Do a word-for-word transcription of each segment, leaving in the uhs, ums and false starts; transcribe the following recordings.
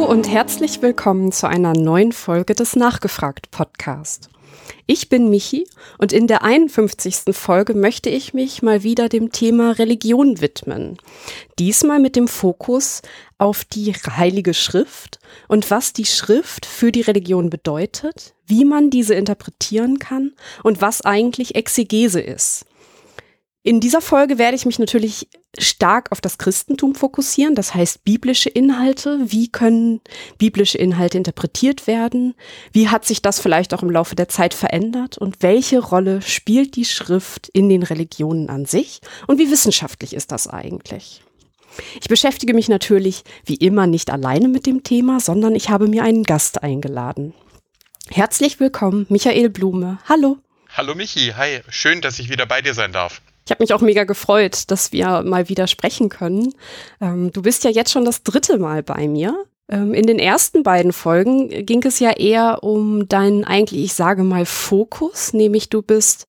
und herzlich willkommen zu einer neuen Folge des Nachgefragt-Podcast. Ich bin Michi und in der einundfünfzigsten Folge möchte ich mich mal wieder dem Thema Religion widmen. Diesmal mit dem Fokus auf die Heilige Schrift und was die Schrift für die Religion bedeutet, wie man diese interpretieren kann und was eigentlich Exegese ist. In dieser Folge werde ich mich natürlich stark auf das Christentum fokussieren, das heißt biblische Inhalte. Wie können biblische Inhalte interpretiert werden? Wie hat sich das vielleicht auch im Laufe der Zeit verändert? Und welche Rolle spielt die Schrift in den Religionen an sich? Und wie wissenschaftlich ist das eigentlich? Ich beschäftige mich natürlich wie immer nicht alleine mit dem Thema, sondern ich habe mir einen Gast eingeladen. Herzlich willkommen, Michael Blume. Hallo. Hallo Michi, hi. Schön, dass ich wieder bei dir sein darf. Ich habe mich auch mega gefreut, dass wir mal wieder sprechen können. Ähm, du bist ja jetzt schon das dritte Mal bei mir. Ähm, in den ersten beiden Folgen ging es ja eher um deinen eigentlich, ich sage mal, Fokus, nämlich du bist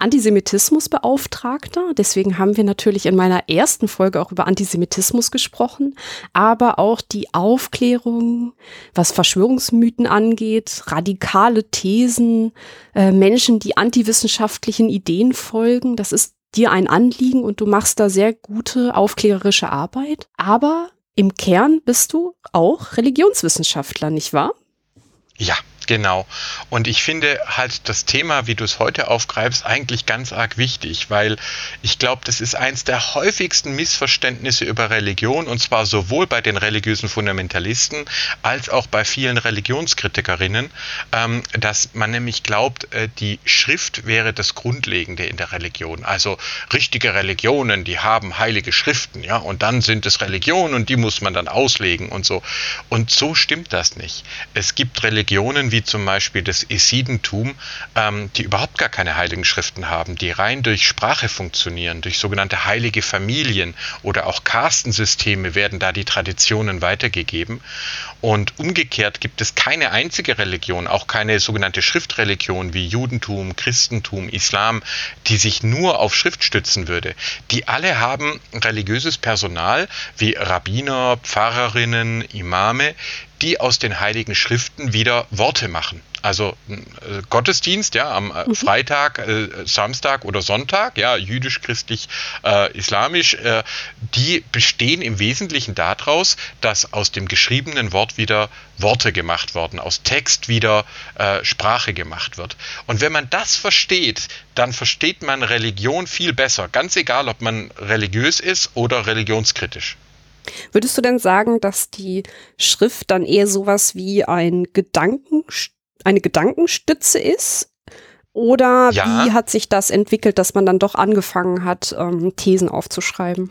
Antisemitismusbeauftragter. Deswegen haben wir natürlich in meiner ersten Folge auch über Antisemitismus gesprochen, aber auch die Aufklärung, was Verschwörungsmythen angeht, radikale Thesen, äh, Menschen, die antiwissenschaftlichen Ideen folgen. Das ist dir ein Anliegen und du machst da sehr gute aufklärerische Arbeit. Aber im Kern bist du auch Religionswissenschaftler, nicht wahr? Ja, genau. Und ich finde halt das Thema, wie du es heute aufgreifst, eigentlich ganz arg wichtig, weil ich glaube, das ist eins der häufigsten Missverständnisse über Religion, und zwar sowohl bei den religiösen Fundamentalisten als auch bei vielen Religionskritikerinnen, ähm, dass man nämlich glaubt, äh, die Schrift wäre das Grundlegende in der Religion. Also richtige Religionen, die haben heilige Schriften, ja, und dann sind es Religionen und die muss man dann auslegen und so. Und so stimmt das nicht. Es gibt Religionen, wie zum Beispiel das Esidentum, ähm, die überhaupt gar keine heiligen Schriften haben, die rein durch Sprache funktionieren, durch sogenannte heilige Familien oder auch Kastensysteme werden da die Traditionen weitergegeben. Und umgekehrt gibt es keine einzige Religion, auch keine sogenannte Schriftreligion wie Judentum, Christentum, Islam, die sich nur auf Schrift stützen würde. Die alle haben religiöses Personal wie Rabbiner, Pfarrerinnen, Imame, die aus den Heiligen Schriften wieder Worte machen. Also äh, Gottesdienst, ja, am äh, Freitag, äh, Samstag oder Sonntag, ja, jüdisch, christlich, äh, islamisch, äh, die bestehen im Wesentlichen daraus, dass aus dem geschriebenen Wort wieder Worte gemacht werden, aus Text wieder äh, Sprache gemacht wird. Und wenn man das versteht, dann versteht man Religion viel besser, ganz egal, ob man religiös ist oder religionskritisch. Würdest du denn sagen, dass die Schrift dann eher sowas wie ein Gedanken, eine Gedankenstütze ist? Oder Ja. Wie hat sich das entwickelt, dass man dann doch angefangen hat, ähm, Thesen aufzuschreiben?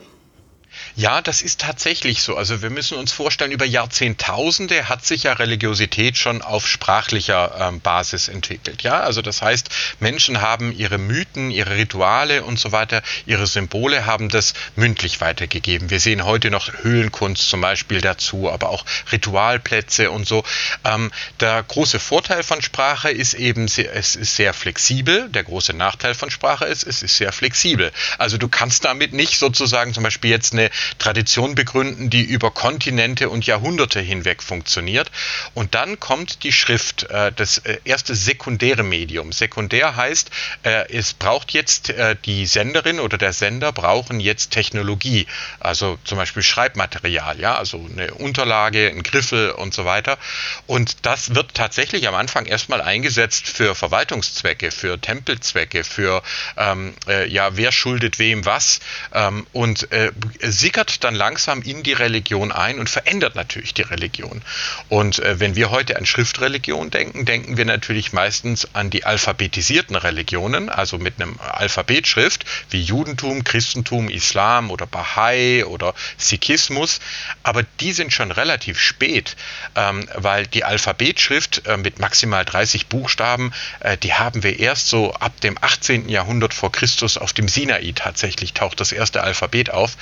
Ja, das ist tatsächlich so. Also wir müssen uns vorstellen, über Jahrzehntausende hat sich ja Religiosität schon auf sprachlicher ähm, Basis entwickelt. Ja, also das heißt, Menschen haben ihre Mythen, ihre Rituale und so weiter, ihre Symbole haben das mündlich weitergegeben. Wir sehen heute noch Höhlenkunst zum Beispiel dazu, aber auch Ritualplätze und so. Ähm, der große Vorteil von Sprache ist eben, es ist sehr flexibel. Der große Nachteil von Sprache ist, es ist sehr flexibel. Also du kannst damit nicht sozusagen zum Beispiel jetzt eine Tradition begründen, die über Kontinente und Jahrhunderte hinweg funktioniert. Und dann kommt die Schrift, äh, das äh, erste sekundäre Medium. Sekundär heißt, äh, es braucht jetzt, äh, die Senderin oder der Sender brauchen jetzt Technologie, also zum Beispiel Schreibmaterial, ja, also eine Unterlage, ein Griffel und so weiter. Und das wird tatsächlich am Anfang erstmal eingesetzt für Verwaltungszwecke, für Tempelzwecke, für, ähm, äh, ja, wer schuldet wem was, ähm, und äh, sickert dann langsam in die Religion ein und verändert natürlich die Religion. Und äh, wenn wir heute an Schriftreligion denken, denken wir natürlich meistens an die alphabetisierten Religionen, also mit einem Alphabetschrift wie Judentum, Christentum, Islam oder Bahai oder Sikhismus. Aber die sind schon relativ spät, ähm, weil die Alphabetschrift äh, mit maximal dreißig Buchstaben, äh, die haben wir erst so ab dem achtzehnten Jahrhundert vor Christus auf dem Sinai tatsächlich, taucht das erste Alphabet auf.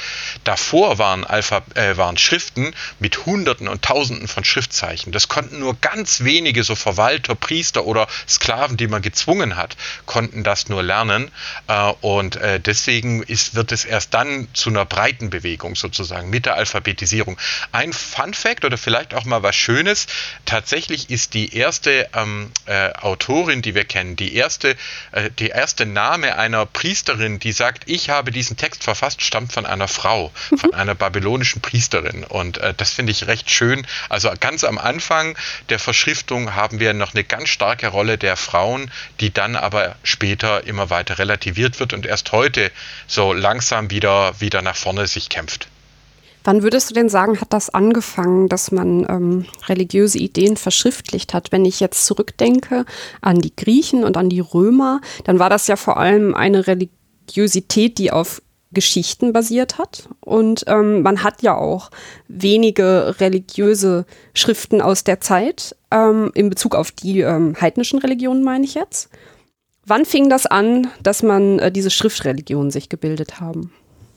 Davor waren, Alpha, äh, waren Schriften mit Hunderten und Tausenden von Schriftzeichen. Das konnten nur ganz wenige, so Verwalter, Priester oder Sklaven, die man gezwungen hat, konnten das nur lernen. Äh, und äh, deswegen ist, wird es erst dann zu einer breiten Bewegung sozusagen mit der Alphabetisierung. Ein Fun-Fact oder vielleicht auch mal was Schönes: Tatsächlich ist die erste ähm, äh, Autorin, die wir kennen, die erste, äh, die erste Name einer Priesterin, die sagt, ich habe diesen Text verfasst, stammt von einer Frau, mhm. von einer babylonischen Priesterin. Und äh, das finde ich recht schön. Also ganz am Anfang der Verschriftung haben wir noch eine ganz starke Rolle der Frauen, die dann aber später immer weiter relativiert wird und erst heute so langsam wieder, wieder nach vorne sich kämpft. Wann würdest du denn sagen, hat das angefangen, dass man ähm, religiöse Ideen verschriftlicht hat? Wenn ich jetzt zurückdenke an die Griechen und an die Römer, dann war das ja vor allem eine Religiosität, die auf Geschichten basiert hat. Und ähm, man hat ja auch wenige religiöse Schriften aus der Zeit, ähm, in Bezug auf die ähm, heidnischen Religionen, meine ich jetzt. Wann fing das an, dass man äh, diese Schriftreligionen sich gebildet haben?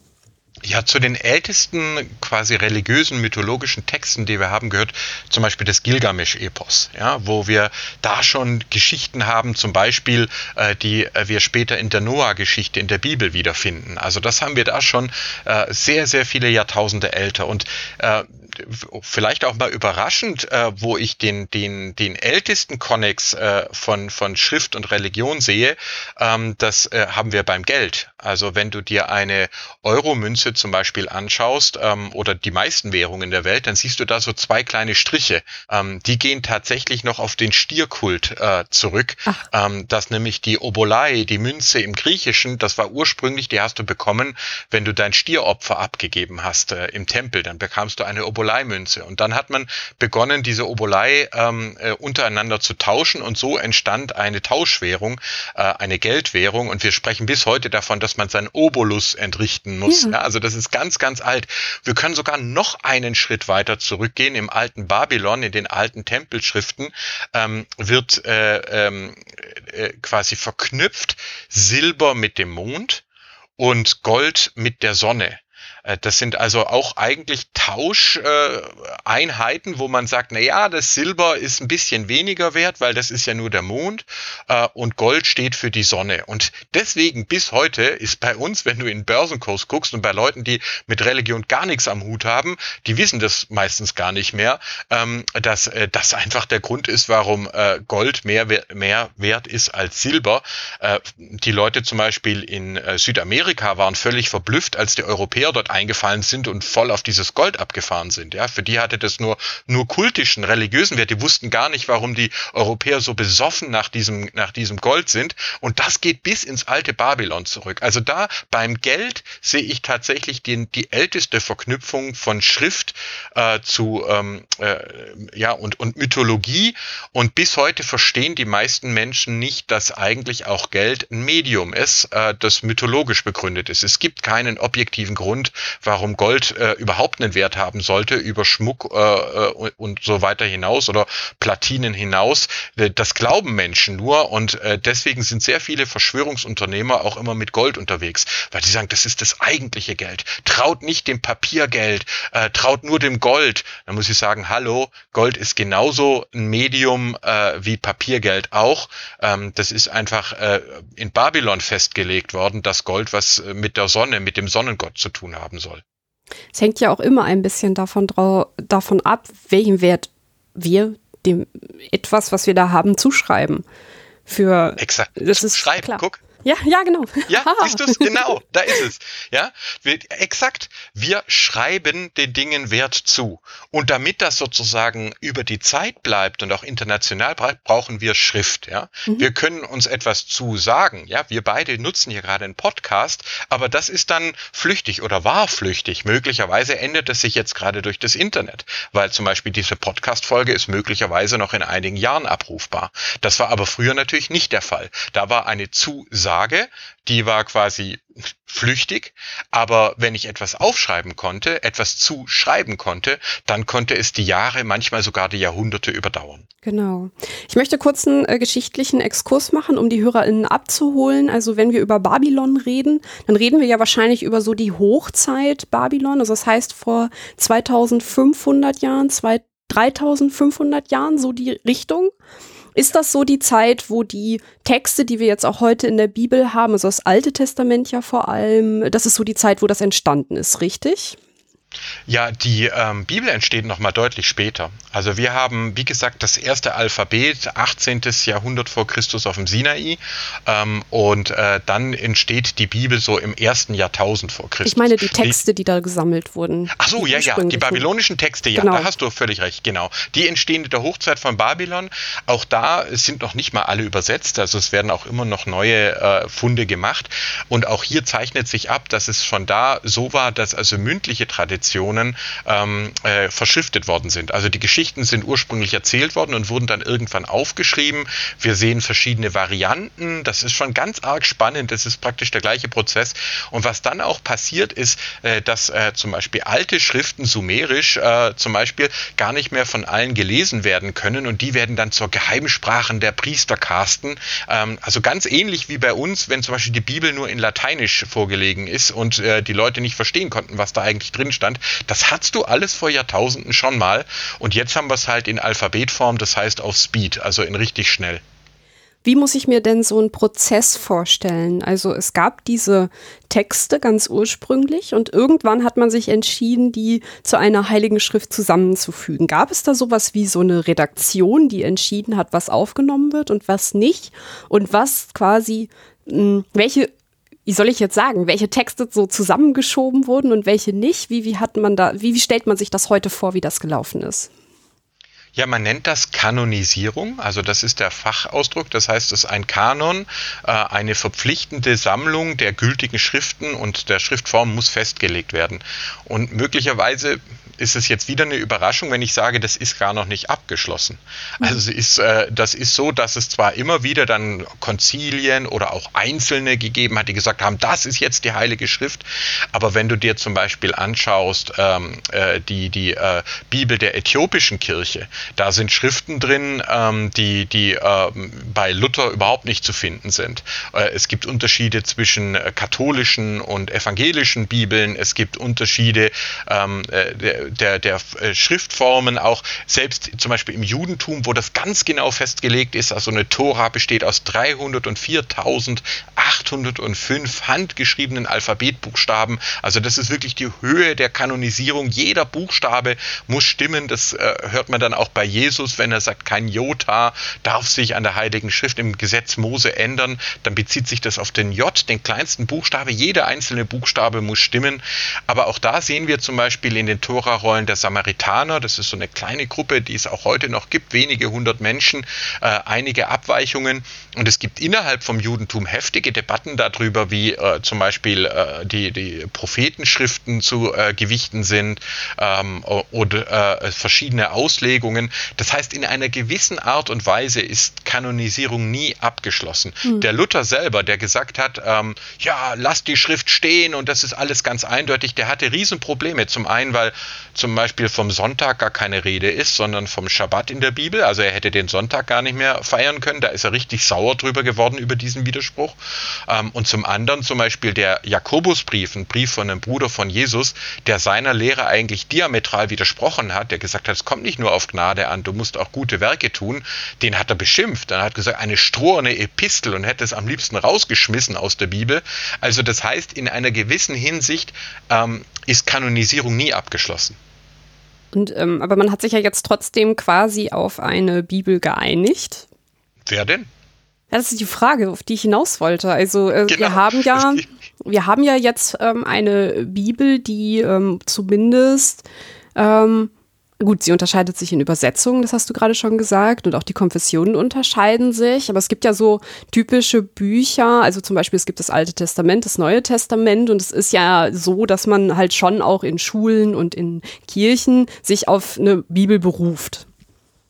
Ja, zu den ältesten quasi religiösen, mythologischen Texten, die wir haben, gehört zum Beispiel das Gilgamesch-Epos, ja, wo wir da schon Geschichten haben, zum Beispiel, äh, die äh, wir später in der Noah-Geschichte in der Bibel wiederfinden. Also das haben wir da schon äh, sehr, sehr viele Jahrtausende älter. Und äh, vielleicht auch mal überraschend, äh, wo ich den, den, den ältesten Konnex äh, von, von Schrift und Religion sehe, ähm, das äh, haben wir beim Geld. Also wenn du dir eine Euromünze zum Beispiel anschaust ähm, oder die meisten Währungen der Welt, dann siehst du da so zwei kleine Striche. Ähm, die gehen tatsächlich noch auf den Stierkult äh, zurück. Ähm, das nämlich die Obolai, die Münze im Griechischen, das war ursprünglich, die hast du bekommen, wenn du dein Stieropfer abgegeben hast äh, im Tempel, dann bekamst du eine Obolai-Münze. Und dann hat man begonnen, diese Obolai ähm, äh, untereinander zu tauschen und so entstand eine Tauschwährung, äh, eine Geldwährung und wir sprechen bis heute davon, dass man seinen Obolus entrichten muss. Ja. Ja, also das ist ganz, ganz alt. Wir können sogar noch einen Schritt weiter zurückgehen. Im alten Babylon, in den alten Tempelschriften, ähm, wird äh, äh, quasi verknüpft Silber mit dem Mond und Gold mit der Sonne. Das sind also auch eigentlich Tauscheinheiten, äh, wo man sagt, na ja, das Silber ist ein bisschen weniger wert, weil das ist ja nur der Mond äh, und Gold steht für die Sonne. Und deswegen bis heute ist bei uns, wenn du in den Börsenkurs guckst und bei Leuten, die mit Religion gar nichts am Hut haben, die wissen das meistens gar nicht mehr, ähm, dass äh, das einfach der Grund ist, warum äh, Gold mehr, mehr wert ist als Silber. Äh, die Leute zum Beispiel in äh, Südamerika waren völlig verblüfft, als die Europäer dort eingefallen sind und voll auf dieses Gold abgefahren sind. Ja, für die hatte das nur nur kultischen, religiösen Wert. Die wussten gar nicht, warum die Europäer so besoffen nach diesem nach diesem Gold sind. Und das geht bis ins alte Babylon zurück. Also da beim Geld sehe ich tatsächlich den, die älteste Verknüpfung von Schrift äh, zu ähm, äh, ja und und Mythologie. Und bis heute verstehen die meisten Menschen nicht, dass eigentlich auch Geld ein Medium ist, äh, das mythologisch begründet ist. Es gibt keinen objektiven Grund, warum Gold äh, überhaupt einen Wert haben sollte, über Schmuck äh, und, und so weiter hinaus oder Platinen hinaus. Das glauben Menschen nur und äh, deswegen sind sehr viele Verschwörungsunternehmer auch immer mit Gold unterwegs, weil die sagen, das ist das eigentliche Geld. Traut nicht dem Papiergeld, äh, traut nur dem Gold. Dann muss ich sagen, hallo, Gold ist genauso ein Medium äh, wie Papiergeld auch. Ähm, das ist einfach äh, in Babylon festgelegt worden, dass Gold was mit der Sonne, mit dem Sonnengott zu tun haben soll. Es hängt ja auch immer ein bisschen davon, drau- davon ab, welchen Wert wir dem etwas, was wir da haben, zuschreiben. Für Exakt. Das ist Schreiben, klar. Guck. Ja, ja, genau. Ja, siehst du es? Genau, da ist es. Ja, wir, exakt. Wir schreiben den Dingen Wert zu. Und damit das sozusagen über die Zeit bleibt und auch international bleibt, brauchen wir Schrift. Ja, mhm. Wir können uns etwas zu sagen. Ja, wir beide nutzen hier gerade einen Podcast, aber das ist dann flüchtig oder war flüchtig. Möglicherweise ändert es sich jetzt gerade durch das Internet, weil zum Beispiel diese Podcast-Folge ist möglicherweise noch in einigen Jahren abrufbar. Das war aber früher natürlich nicht der Fall. Da war eine Zusage Sprache, die war quasi flüchtig, aber wenn ich etwas aufschreiben konnte, etwas zuschreiben konnte, dann konnte es die Jahre, manchmal sogar die Jahrhunderte überdauern. Genau. Ich möchte kurz einen äh, geschichtlichen Exkurs machen, um die HörerInnen abzuholen. Also wenn wir über Babylon reden, dann reden wir ja wahrscheinlich über so die Hochzeit Babylon. Also das heißt vor zweitausendfünfhundert Jahren, dreitausendfünfhundert Jahren, so die Richtung. Ist das so die Zeit, wo die Texte, die wir jetzt auch heute in der Bibel haben, also das Alte Testament ja vor allem, das ist so die Zeit, wo das entstanden ist, richtig? Ja, die ähm, Bibel entsteht noch mal deutlich später. Also wir haben, wie gesagt, das erste Alphabet, achtzehnten Jahrhundert vor Christus auf dem Sinai, ähm, und äh, dann entsteht die Bibel so im ersten Jahrtausend vor Christus. Ich meine die Texte, die, die da gesammelt wurden. Ach so, ja, ja, die babylonischen Texte, ja, genau. Da hast du völlig recht, genau. Die entstehen in der Hochzeit von Babylon. Auch da sind noch nicht mal alle übersetzt, also es werden auch immer noch neue äh, Funde gemacht. Und auch hier zeichnet sich ab, dass es schon da so war, dass also mündliche Traditionen Ähm, äh, verschriftet worden sind. Also die Geschichten sind ursprünglich erzählt worden und wurden dann irgendwann aufgeschrieben. Wir sehen verschiedene Varianten. Das ist schon ganz arg spannend. Das ist praktisch der gleiche Prozess. Und was dann auch passiert ist, äh, dass äh, zum Beispiel alte Schriften, sumerisch äh, zum Beispiel, gar nicht mehr von allen gelesen werden können und die werden dann zur Geheimsprachen der Priesterkasten. Ähm, also ganz ähnlich wie bei uns, wenn zum Beispiel die Bibel nur in Lateinisch vorgelegen ist und äh, die Leute nicht verstehen konnten, was da eigentlich drin stand. Das hattest du alles vor Jahrtausenden schon mal und jetzt haben wir es halt in Alphabetform, das heißt auf Speed, also in richtig schnell. Wie muss ich mir denn so einen Prozess vorstellen? Also es gab diese Texte ganz ursprünglich und irgendwann hat man sich entschieden, die zu einer heiligen Schrift zusammenzufügen. Gab es da sowas wie so eine Redaktion, die entschieden hat, was aufgenommen wird und was nicht? Und was quasi, mh, welche Wie soll ich jetzt sagen, welche Texte so zusammengeschoben wurden und welche nicht? Wie, wie hat man da, wie, wie stellt man sich das heute vor, wie das gelaufen ist? Ja, man nennt das Kanonisierung, also das ist der Fachausdruck, das heißt, es ist ein Kanon, äh, eine verpflichtende Sammlung der gültigen Schriften und der Schriftform muss festgelegt werden. Und möglicherweise ist es jetzt wieder eine Überraschung, wenn ich sage, das ist gar noch nicht abgeschlossen. Also es ist, äh, das ist so, dass es zwar immer wieder dann Konzilien oder auch Einzelne gegeben hat, die gesagt haben, das ist jetzt die Heilige Schrift, aber wenn du dir zum Beispiel anschaust, ähm, äh, die, die äh, Bibel der äthiopischen Kirche, da sind Schriften drin, ähm, die, die äh, bei Luther überhaupt nicht zu finden sind. Äh, es gibt Unterschiede zwischen äh, katholischen und evangelischen Bibeln, es gibt Unterschiede ähm, der, der, der äh, Schriftformen auch, selbst zum Beispiel im Judentum, wo das ganz genau festgelegt ist, also eine Tora besteht aus dreihundertviertausendachthundertfünf handgeschriebenen Alphabetbuchstaben, also das ist wirklich die Höhe der Kanonisierung, jeder Buchstabe muss stimmen, das äh, hört man dann auch bei Jesus, wenn er sagt, kein Jota darf sich an der Heiligen Schrift im Gesetz Mose ändern, dann bezieht sich das auf den J, den kleinsten Buchstabe, jeder einzelne Buchstabe muss stimmen, aber auch da sehen wir zum Beispiel in den Tora-Rollen der Samaritaner, das ist so eine kleine Gruppe, die es auch heute noch gibt, wenige hundert Menschen, äh, einige Abweichungen und es gibt innerhalb vom Judentum heftige Debatten darüber, wie äh, zum Beispiel äh, die, die Prophetenschriften zu äh, gewichten sind ähm, oder äh, verschiedene Auslegungen. Das heißt, in einer gewissen Art und Weise ist Kanonisierung nie abgeschlossen. Mhm. Der Luther selber, der gesagt hat, ähm, ja, lass die Schrift stehen und das ist alles ganz eindeutig, der hatte Riesenprobleme. Zum einen, weil zum Beispiel vom Sonntag gar keine Rede ist, sondern vom Schabbat in der Bibel. Also er hätte den Sonntag gar nicht mehr feiern können. Da ist er richtig sauer drüber geworden, über diesen Widerspruch. Ähm, und zum anderen zum Beispiel der Jakobusbrief, ein Brief von einem Bruder von Jesus, der seiner Lehre eigentlich diametral widersprochen hat, der gesagt hat, es kommt nicht nur auf Gnade an, du musst auch gute Werke tun, den hat er beschimpft. Dann hat er gesagt, eine stroherne Epistel und hätte es am liebsten rausgeschmissen aus der Bibel. Also das heißt, in einer gewissen Hinsicht ähm, ist Kanonisierung nie abgeschlossen. Und, ähm, aber man hat sich ja jetzt trotzdem quasi auf eine Bibel geeinigt. Wer denn? Ja, das ist die Frage, auf die ich hinaus wollte. Also äh, genau. wir haben ja, wir haben ja jetzt ähm, eine Bibel, die ähm, zumindest ähm, gut, sie unterscheidet sich in Übersetzungen, das hast du gerade schon gesagt, und auch die Konfessionen unterscheiden sich, aber es gibt ja so typische Bücher, also zum Beispiel es gibt das Alte Testament, das Neue Testament und es ist ja so, dass man halt schon auch in Schulen und in Kirchen sich auf eine Bibel beruft.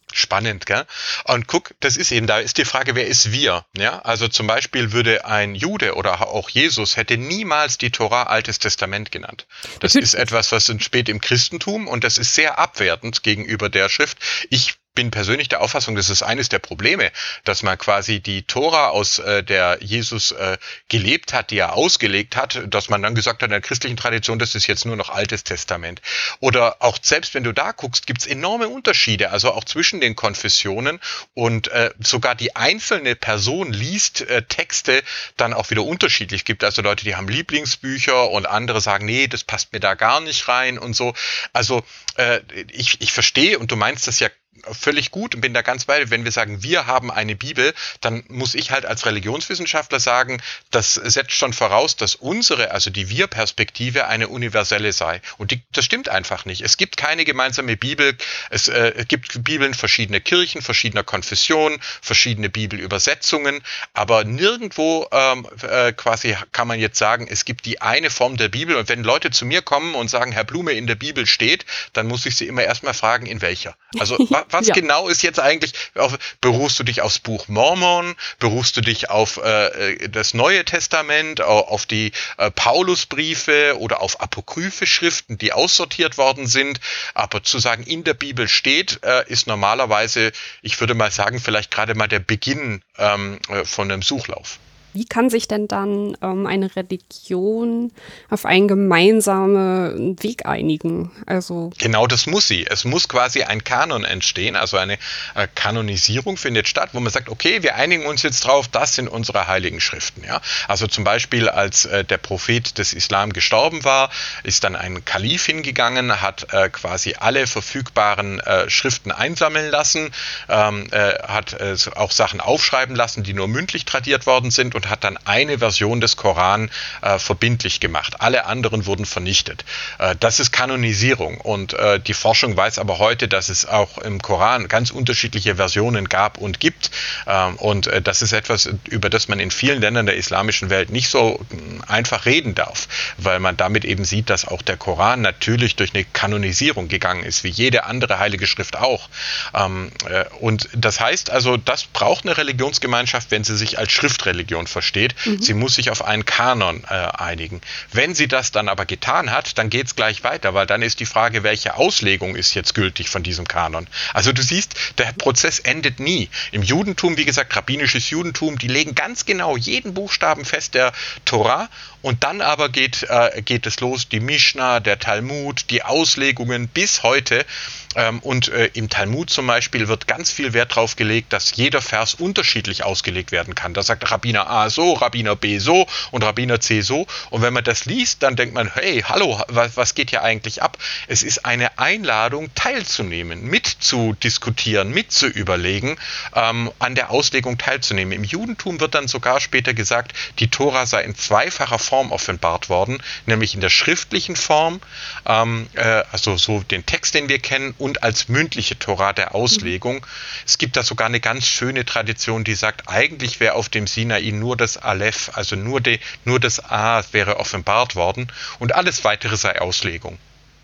Spannend, gell? Und guck, das ist eben, da ist die Frage, wer ist wir? Ja, also zum Beispiel würde ein Jude oder auch Jesus hätte niemals die Tora Altes Testament genannt. Das Natürlich. ist etwas, was entsteht im Christentum und das ist sehr abwertend gegenüber der Schrift. Ich bin persönlich der Auffassung, das ist eines der Probleme, dass man quasi die Tora, aus äh, der Jesus äh, gelebt hat, die er ausgelegt hat, dass man dann gesagt hat, in der christlichen Tradition, das ist jetzt nur noch Altes Testament. Oder auch selbst wenn du da guckst, gibt es enorme Unterschiede, also auch zwischen den Konfessionen und äh, sogar die einzelne Person liest äh, Texte dann auch wieder unterschiedlich. Es gibt also Leute, die haben Lieblingsbücher und andere sagen, nee, das passt mir da gar nicht rein und so. Also äh, ich, ich verstehe und du meinst das ja völlig gut und bin da ganz bei dir. Wenn wir sagen, wir haben eine Bibel, dann muss ich halt als Religionswissenschaftler sagen, das setzt schon voraus, dass unsere, also die Wir-Perspektive eine universelle sei. Und die, das stimmt einfach nicht. Es gibt keine gemeinsame Bibel. Es äh, gibt Bibeln verschiedener Kirchen, verschiedener Konfessionen, verschiedene Bibelübersetzungen, aber nirgendwo ähm, äh, quasi kann man jetzt sagen, es gibt die eine Form der Bibel. Und wenn Leute zu mir kommen und sagen, Herr Blume, in der Bibel steht, dann muss ich sie immer erstmal fragen, in welcher. Also was ja. genau ist jetzt eigentlich, auf, berufst du dich aufs Buch Mormon, berufst du dich auf äh, das Neue Testament, auf die äh, Paulusbriefe oder auf apokryphe Schriften, die aussortiert worden sind, aber zu sagen, in der Bibel steht, äh, ist normalerweise, ich würde mal sagen, vielleicht gerade mal der Beginn ähm, von einem Suchlauf. Wie kann sich denn dann ähm, eine Religion auf einen gemeinsamen Weg einigen? Also genau, das muss sie. Es muss quasi ein Kanon entstehen, also eine äh, Kanonisierung findet statt, wo man sagt, okay, wir einigen uns jetzt drauf, das sind unsere heiligen Schriften. Ja? Also zum Beispiel, als äh, der Prophet des Islam gestorben war, ist dann ein Kalif hingegangen, hat äh, quasi alle verfügbaren äh, Schriften einsammeln lassen, ähm, äh, hat äh, auch Sachen aufschreiben lassen, die nur mündlich tradiert worden sind und hat dann eine Version des Koran äh, verbindlich gemacht. Alle anderen wurden vernichtet. Äh, das ist Kanonisierung und äh, die Forschung weiß aber heute, dass es auch im Koran ganz unterschiedliche Versionen gab und gibt äh, und äh, das ist etwas, über das man in vielen Ländern der islamischen Welt nicht so äh, einfach reden darf, weil man damit eben sieht, dass auch der Koran natürlich durch eine Kanonisierung gegangen ist, wie jede andere heilige Schrift auch. Ähm, äh, und das heißt also, das braucht eine Religionsgemeinschaft, wenn sie sich als Schriftreligion versteht. Mhm. Sie muss sich auf einen Kanon äh, einigen. Wenn sie das dann aber getan hat, dann geht es gleich weiter, weil dann ist die Frage, welche Auslegung ist jetzt gültig von diesem Kanon. Also du siehst, der Prozess endet nie. Im Judentum, wie gesagt, rabbinisches Judentum, die legen ganz genau jeden Buchstaben fest der Tora und dann aber geht, äh, geht es los, die Mishnah, der Talmud, die Auslegungen bis heute. Ähm, und äh, im Talmud zum Beispiel wird ganz viel Wert darauf gelegt, dass jeder Vers unterschiedlich ausgelegt werden kann. Da sagt Rabbiner A so, Rabbiner B so und Rabbiner C so. Und wenn man das liest, dann denkt man, hey, hallo, was, was geht hier eigentlich ab? Es ist eine Einladung, teilzunehmen, mitzudiskutieren, mitzuüberlegen, ähm, an der Auslegung teilzunehmen. Im Judentum wird dann sogar später gesagt, die Tora sei in zweifacher Form offenbart worden, nämlich in der schriftlichen Form, ähm, äh, also so den Text, den wir kennen, und als mündliche Tora der Auslegung. Mhm. Es gibt da sogar eine ganz schöne Tradition, die sagt, eigentlich wäre auf dem Sinai nur das Aleph, also nur, de, nur das A wäre offenbart worden und alles weitere sei Auslegung.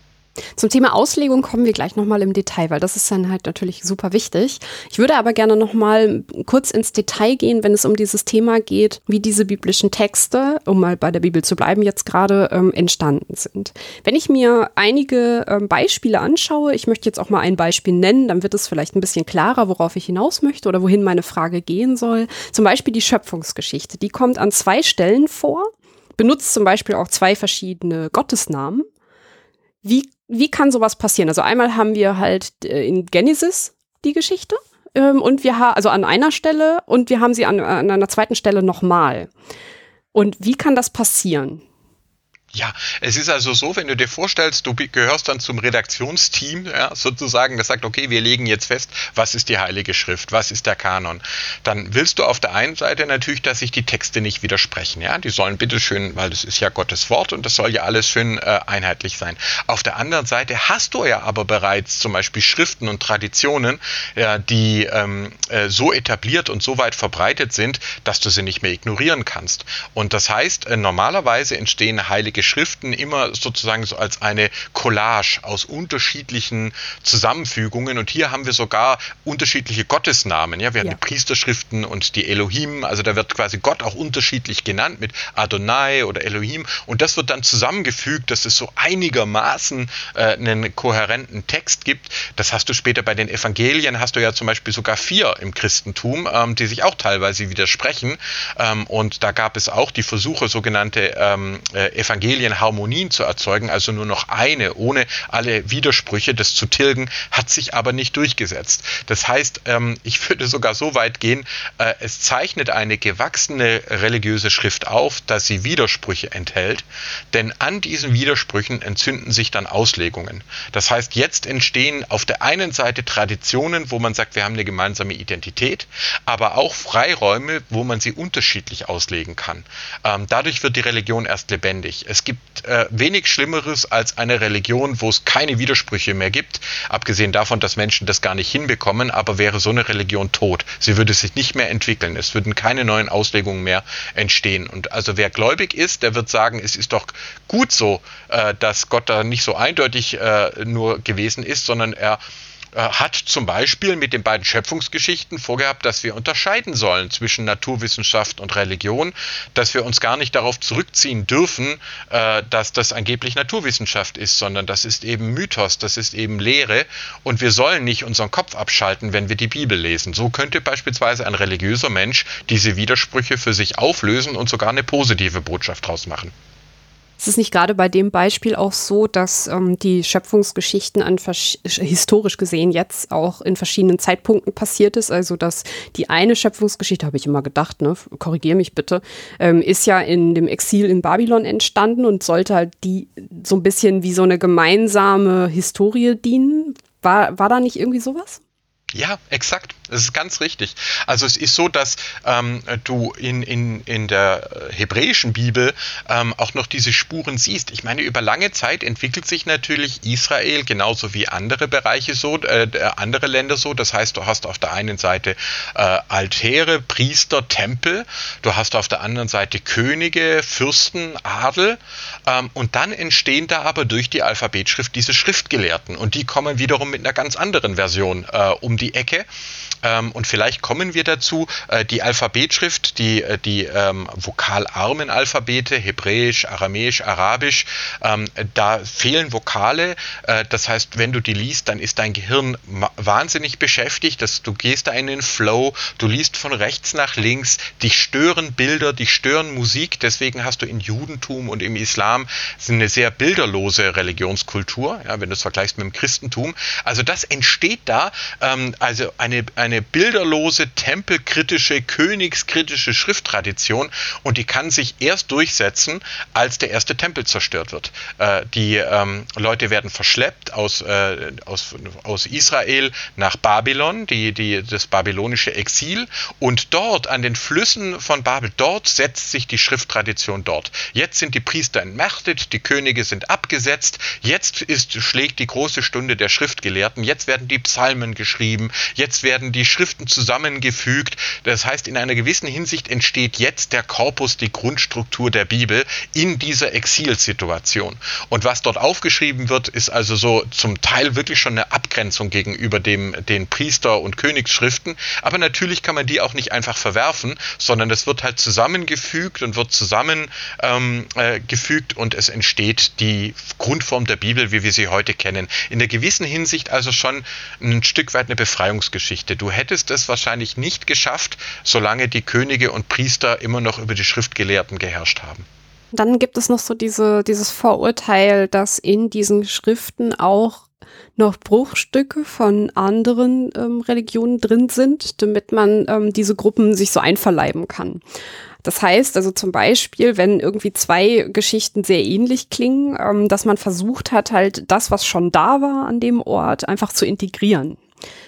Zum Thema Auslegung kommen wir gleich nochmal im Detail, weil das ist dann halt natürlich super wichtig. Ich würde aber gerne nochmal kurz ins Detail gehen, wenn es um dieses Thema geht, wie diese biblischen Texte, um mal bei der Bibel zu bleiben, jetzt gerade ähm, entstanden sind. Wenn ich mir einige ähm, Beispiele anschaue, ich möchte jetzt auch mal ein Beispiel nennen, dann wird es vielleicht ein bisschen klarer, worauf ich hinaus möchte oder wohin meine Frage gehen soll. Zum Beispiel die Schöpfungsgeschichte, die kommt an zwei Stellen vor, benutzt zum Beispiel auch zwei verschiedene Gottesnamen. Wie Wie kann sowas passieren? Also einmal haben wir halt in Genesis die Geschichte ähm, und wir haben also an einer Stelle und wir haben sie an, an einer zweiten Stelle nochmal. Und wie kann das passieren? Ja, es ist also so, wenn du dir vorstellst, du gehörst dann zum Redaktionsteam, ja, sozusagen, das sagt, okay, wir legen jetzt fest, was ist die Heilige Schrift, was ist der Kanon. Dann willst du auf der einen Seite natürlich, dass sich die Texte nicht widersprechen. Ja, die sollen bitteschön, weil das ist ja Gottes Wort und das soll ja alles schön äh, einheitlich sein. Auf der anderen Seite hast du ja aber bereits zum Beispiel Schriften und Traditionen, ja, die ähm, äh, so etabliert und so weit verbreitet sind, dass du sie nicht mehr ignorieren kannst. Und das heißt, äh, normalerweise entstehen heilige Schriften immer sozusagen so als eine Collage aus unterschiedlichen Zusammenfügungen, und hier haben wir sogar unterschiedliche Gottesnamen. Ja, wir haben ja. die Priesterschriften und die Elohim, also da wird quasi Gott auch unterschiedlich genannt mit Adonai oder Elohim, und das wird dann zusammengefügt, dass es so einigermaßen äh, einen kohärenten Text gibt. Das hast du später bei den Evangelien, hast du ja zum Beispiel sogar vier im Christentum, ähm, die sich auch teilweise widersprechen, ähm, und da gab es auch die Versuche, sogenannte ähm, äh, Evangelienharmonien zu erzeugen, also nur noch eine, ohne alle Widersprüche. Das zu tilgen, hat sich aber nicht durchgesetzt. Das heißt, ähm, ich würde sogar so weit gehen, äh, es zeichnet eine gewachsene religiöse Schrift auf, dass sie Widersprüche enthält, denn an diesen Widersprüchen entzünden sich dann Auslegungen. Das heißt, jetzt entstehen auf der einen Seite Traditionen, wo man sagt, wir haben eine gemeinsame Identität, aber auch Freiräume, wo man sie unterschiedlich auslegen kann. Ähm, dadurch wird die Religion erst lebendig. Es gibt äh, wenig Schlimmeres als eine Religion, wo es keine Widersprüche mehr gibt, abgesehen davon, dass Menschen das gar nicht hinbekommen, aber wäre so eine Religion tot. Sie würde sich nicht mehr entwickeln. Es würden keine neuen Auslegungen mehr entstehen. Und also wer gläubig ist, der wird sagen, es ist doch gut so, äh, dass Gott da nicht so eindeutig äh, nur gewesen ist, sondern er hat zum Beispiel mit den beiden Schöpfungsgeschichten vorgehabt, dass wir unterscheiden sollen zwischen Naturwissenschaft und Religion, dass wir uns gar nicht darauf zurückziehen dürfen, dass das angeblich Naturwissenschaft ist, sondern das ist eben Mythos, das ist eben Lehre, und wir sollen nicht unseren Kopf abschalten, wenn wir die Bibel lesen. So könnte beispielsweise ein religiöser Mensch diese Widersprüche für sich auflösen und sogar eine positive Botschaft draus machen. Ist es nicht gerade bei dem Beispiel auch so, dass ähm, die Schöpfungsgeschichten an historisch gesehen jetzt auch in verschiedenen Zeitpunkten passiert ist? Also dass die eine Schöpfungsgeschichte, habe ich immer gedacht, ne, korrigiere mich bitte, ähm, ist ja in dem Exil in Babylon entstanden und sollte halt die so ein bisschen wie so eine gemeinsame Historie dienen. War, war da nicht irgendwie sowas? Ja, exakt. Das ist ganz richtig. Also es ist so, dass ähm, du in, in, in der hebräischen Bibel ähm, auch noch diese Spuren siehst. Ich meine, über lange Zeit entwickelt sich natürlich Israel genauso wie andere Bereiche so, äh, andere Länder so. Das heißt, du hast auf der einen Seite äh, Altäre, Priester, Tempel. Du hast auf der anderen Seite Könige, Fürsten, Adel. Ähm, und dann entstehen da aber durch die Alphabetschrift diese Schriftgelehrten. Und die kommen wiederum mit einer ganz anderen Version äh, um die Ecke. Ähm, und vielleicht kommen wir dazu, äh, die Alphabetschrift, die, äh, die ähm, vokalarmen Alphabete, Hebräisch, Aramäisch, Arabisch, ähm, da fehlen Vokale. Äh, das heißt, wenn du die liest, dann ist dein Gehirn ma- wahnsinnig beschäftigt. Das, du gehst da in den Flow, du liest von rechts nach links, dich stören Bilder, dich stören Musik. Deswegen hast du im Judentum und im Islam eine sehr bilderlose Religionskultur, ja, wenn du es vergleichst mit dem Christentum. Also das entsteht da, ähm, also eine, eine bilderlose, tempelkritische, königskritische Schrifttradition, und die kann sich erst durchsetzen, als der erste Tempel zerstört wird. Äh, die ähm, Leute werden verschleppt aus, äh, aus, aus Israel nach Babylon, die, die, das babylonische Exil, und dort an den Flüssen von Babel, dort setzt sich die Schrifttradition dort. Jetzt sind die Priester entmachtet, die Könige sind abgesetzt, jetzt ist, schlägt die große Stunde der Schriftgelehrten, jetzt werden die Psalmen geschrieben, jetzt werden die Schriften zusammengefügt. Das heißt, in einer gewissen Hinsicht entsteht jetzt der Korpus, die Grundstruktur der Bibel in dieser Exilsituation. Und was dort aufgeschrieben wird, ist also so zum Teil wirklich schon eine Abgrenzung gegenüber dem, den Priester- und Königsschriften. Aber natürlich kann man die auch nicht einfach verwerfen, sondern es wird halt zusammengefügt und wird zusammengefügt ähm, äh, gefügt und es entsteht die Grundform der Bibel, wie wir sie heute kennen. In der gewissen Hinsicht also schon ein Stück weit eine Befreiungsgeschichte. Du hättest es wahrscheinlich nicht geschafft, solange die Könige und Priester immer noch über die Schriftgelehrten geherrscht haben. Dann gibt es noch so diese, dieses Vorurteil, dass in diesen Schriften auch noch Bruchstücke von anderen ähm, Religionen drin sind, damit man ähm, diese Gruppen sich so einverleiben kann. Das heißt also zum Beispiel, wenn irgendwie zwei Geschichten sehr ähnlich klingen, ähm, dass man versucht hat, halt das, was schon da war an dem Ort, einfach zu integrieren.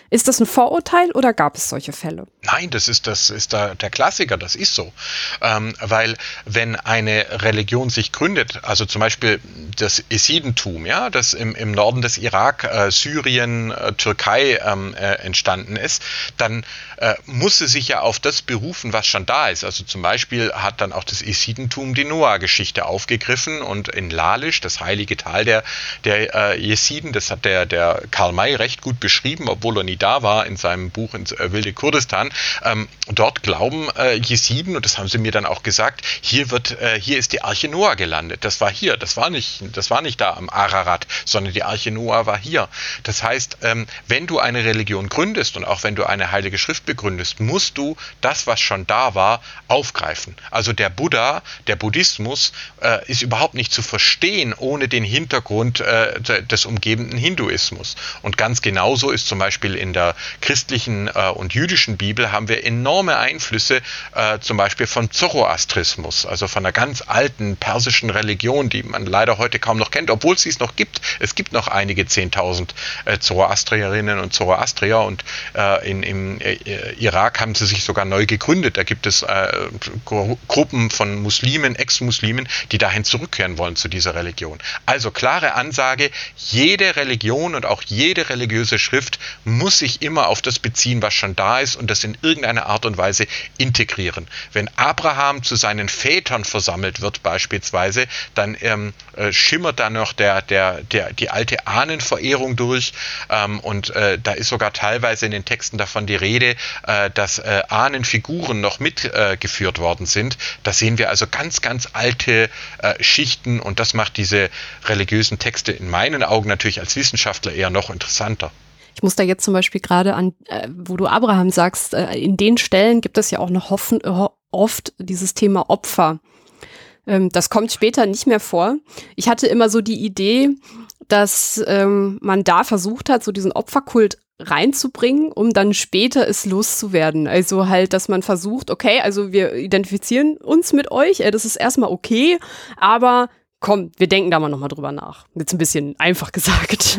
Ist das ein Vorurteil oder gab es solche Fälle? Nein, das ist, das ist der, der Klassiker, das ist so. Ähm, weil wenn eine Religion sich gründet, also zum Beispiel das Jesidentum, ja, das im, im Norden des Irak, äh, Syrien, äh, Türkei ähm, äh, entstanden ist, dann äh, muss sie sich ja auf das berufen, was schon da ist. Also zum Beispiel hat dann auch das Jesidentum die Noah-Geschichte aufgegriffen und in Lalisch, das heilige Tal der, der äh, Jesiden, das hat der, der Karl May recht gut beschrieben, obwohl er nie da war, in seinem Buch ins äh, wilde Kurdistan. Ähm, dort glauben äh, Jesiden, und das haben sie mir dann auch gesagt, hier wird, äh, hier ist die Arche Noah gelandet. Das war hier, das war nicht, das war nicht da am Ararat, sondern die Arche Noah war hier. Das heißt, ähm, wenn du eine Religion gründest und auch wenn du eine heilige Schrift begründest, musst du das, was schon da war, aufgreifen. Also der Buddha, der Buddhismus äh, ist überhaupt nicht zu verstehen ohne den Hintergrund äh, des umgebenden Hinduismus. Und ganz genauso ist zum Beispiel in der christlichen äh, und jüdischen Bibel haben wir enorme Einflüsse, äh, zum Beispiel von Zoroastrismus, also von einer ganz alten persischen Religion, die man leider heute kaum noch kennt, obwohl es sie noch gibt. Es gibt noch einige zehntausend äh, Zoroastrierinnen und Zoroastrier und äh, in, im äh, Irak haben sie sich sogar neu gegründet. Da gibt es äh, Gru- Gruppen von Muslimen, Ex-Muslimen, die dahin zurückkehren wollen zu dieser Religion. Also klare Ansage, jede Religion und auch jede religiöse Schrift muss sich immer auf das beziehen, was schon da ist und das in irgendeiner Art und Weise integrieren. Wenn Abraham zu seinen Vätern versammelt wird beispielsweise, dann ähm, äh, schimmert da noch der, der, der, die alte Ahnenverehrung durch ähm, und äh, da ist sogar teilweise in den Texten davon die Rede, äh, dass äh, Ahnenfiguren noch mitgeführt äh, worden sind. Da sehen wir also ganz, ganz alte äh, Schichten und das macht diese religiösen Texte in meinen Augen natürlich als Wissenschaftler eher noch interessanter. Ich muss da jetzt zum Beispiel gerade an, äh, wo du Abraham sagst, äh, in den Stellen gibt es ja auch noch hoffen, äh, oft dieses Thema Opfer. Ähm, das kommt später nicht mehr vor. Ich hatte immer so die Idee, dass ähm, man da versucht hat, so diesen Opferkult reinzubringen, um dann später es loszuwerden. Also halt, dass man versucht, okay, also wir identifizieren uns mit euch, äh, das ist erstmal okay, aber komm, wir denken da mal nochmal drüber nach. Jetzt ein bisschen einfach gesagt.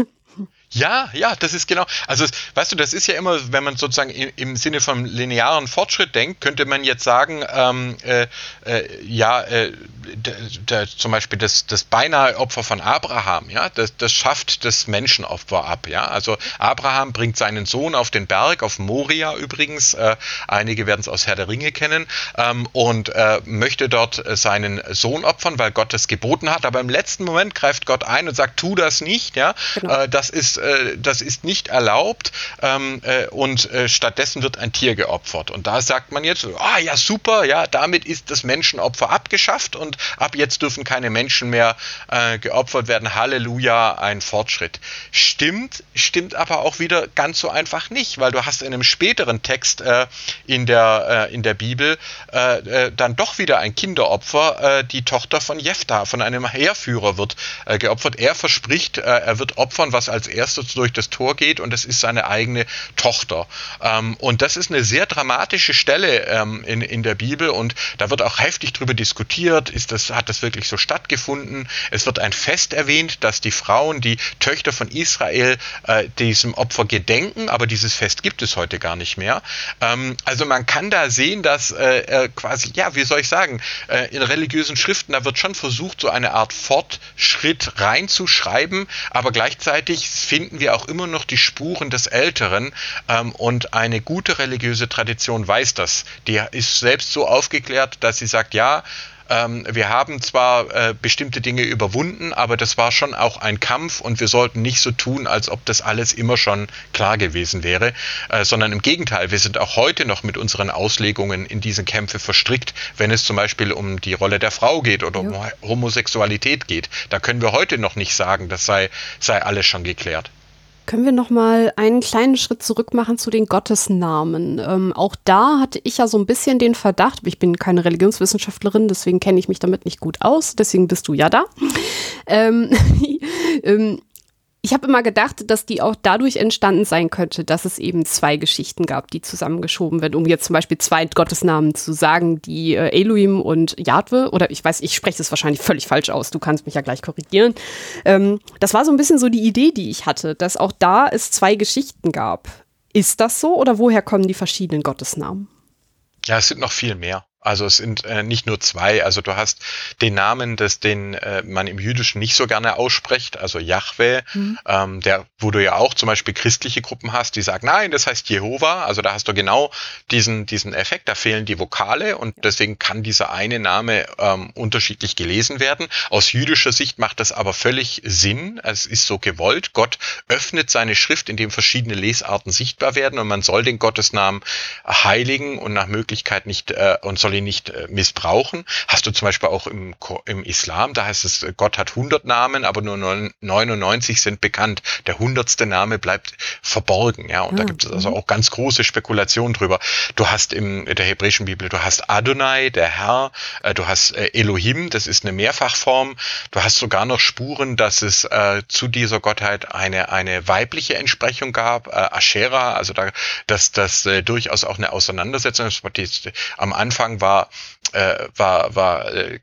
Ja, ja, das ist genau, also weißt du, das ist ja immer, wenn man sozusagen im, im Sinne von linearen Fortschritt denkt, könnte man jetzt sagen, ähm, äh, äh, ja, äh, d- d- zum Beispiel das, das beinahe Opfer von Abraham, ja, das, das schafft das Menschenopfer ab, ja, also Abraham bringt seinen Sohn auf den Berg, auf Moria übrigens, äh, einige werden es aus Herr der Ringe kennen, ähm, und äh, möchte dort seinen Sohn opfern, weil Gott das geboten hat, aber im letzten Moment greift Gott ein und sagt, tu das nicht, ja, genau. äh, das ist das ist nicht erlaubt ähm, äh, und äh, stattdessen wird ein Tier geopfert. Und da sagt man jetzt, ah ja super, ja, damit ist das Menschenopfer abgeschafft und ab jetzt dürfen keine Menschen mehr äh, geopfert werden. Halleluja, ein Fortschritt. Stimmt, stimmt aber auch wieder ganz so einfach nicht, weil du hast in einem späteren Text äh, in, der, äh, in der Bibel äh, äh, dann doch wieder ein Kinderopfer. Äh, die Tochter von Jephthah, von einem Heerführer wird äh, geopfert. Er verspricht, äh, er wird opfern, was als erstes durch das Tor geht und das ist seine eigene Tochter. Ähm, und das ist eine sehr dramatische Stelle ähm, in, in der Bibel und da wird auch heftig drüber diskutiert, ist das, hat das wirklich so stattgefunden? Es wird ein Fest erwähnt, dass die Frauen, die Töchter von Israel, äh, diesem Opfer gedenken, aber dieses Fest gibt es heute gar nicht mehr. Ähm, also man kann da sehen, dass äh, quasi, ja, wie soll ich sagen, äh, in religiösen Schriften, da wird schon versucht, so eine Art Fortschritt reinzuschreiben, aber gleichzeitig finden wir auch immer noch die Spuren des Älteren ähm, und eine gute religiöse Tradition weiß das. Die ist selbst so aufgeklärt, dass sie sagt, ja, ähm, wir haben zwar äh, bestimmte Dinge überwunden, aber das war schon auch ein Kampf und wir sollten nicht so tun, als ob das alles immer schon klar gewesen wäre, äh, sondern im Gegenteil, wir sind auch heute noch mit unseren Auslegungen in diese Kämpfe verstrickt, wenn es zum Beispiel um die Rolle der Frau geht oder ja. um Homosexualität geht. Da können wir heute noch nicht sagen, das sei, sei alles schon geklärt. Können wir noch mal einen kleinen Schritt zurück machen zu den Gottesnamen? Ähm, auch da hatte ich ja so ein bisschen den Verdacht, ich bin keine Religionswissenschaftlerin, deswegen kenne ich mich damit nicht gut aus, deswegen bist du ja da. Ähm, ähm, Ich habe immer gedacht, dass die auch dadurch entstanden sein könnte, dass es eben zwei Geschichten gab, die zusammengeschoben werden, um jetzt zum Beispiel zwei Gottesnamen zu sagen, die äh, Elohim und Jahwe, oder ich weiß, ich spreche das wahrscheinlich völlig falsch aus, du kannst mich ja gleich korrigieren. Ähm, das war so ein bisschen so die Idee, die ich hatte, dass auch da es zwei Geschichten gab. Ist das so oder woher kommen die verschiedenen Gottesnamen? Ja, es sind noch viel mehr. Also es sind äh, nicht nur zwei, also du hast den Namen, das, den äh, man im Jüdischen nicht so gerne ausspricht, also Jahwe, mhm. ähm, der, wo du ja auch zum Beispiel christliche Gruppen hast, die sagen, nein, das heißt Jehova, also da hast du genau diesen, diesen Effekt, da fehlen die Vokale und deswegen kann dieser eine Name ähm, unterschiedlich gelesen werden. Aus jüdischer Sicht macht das aber völlig Sinn, es ist so gewollt, Gott öffnet seine Schrift, in dem verschiedene Lesarten sichtbar werden und man soll den Gottesnamen heiligen und nach Möglichkeit nicht, äh, und soll ihn nicht äh, missbrauchen. Hast du zum Beispiel auch im, im Islam, da heißt es, Gott hat hundert Namen, aber nur neunundneunzig sind bekannt. Der hundertste Name bleibt verborgen, ja, und mhm. da gibt es also auch ganz große Spekulationen drüber. Du hast in der hebräischen Bibel, du hast Adonai, der Herr, äh, du hast äh, Elohim, das ist eine Mehrfachform. Du hast sogar noch Spuren, dass es äh, zu dieser Gottheit eine eine weibliche Entsprechung gab, äh, Aschera, also da, dass das äh, durchaus auch eine Auseinandersetzung ist. Am Anfang war, äh, war, war äh,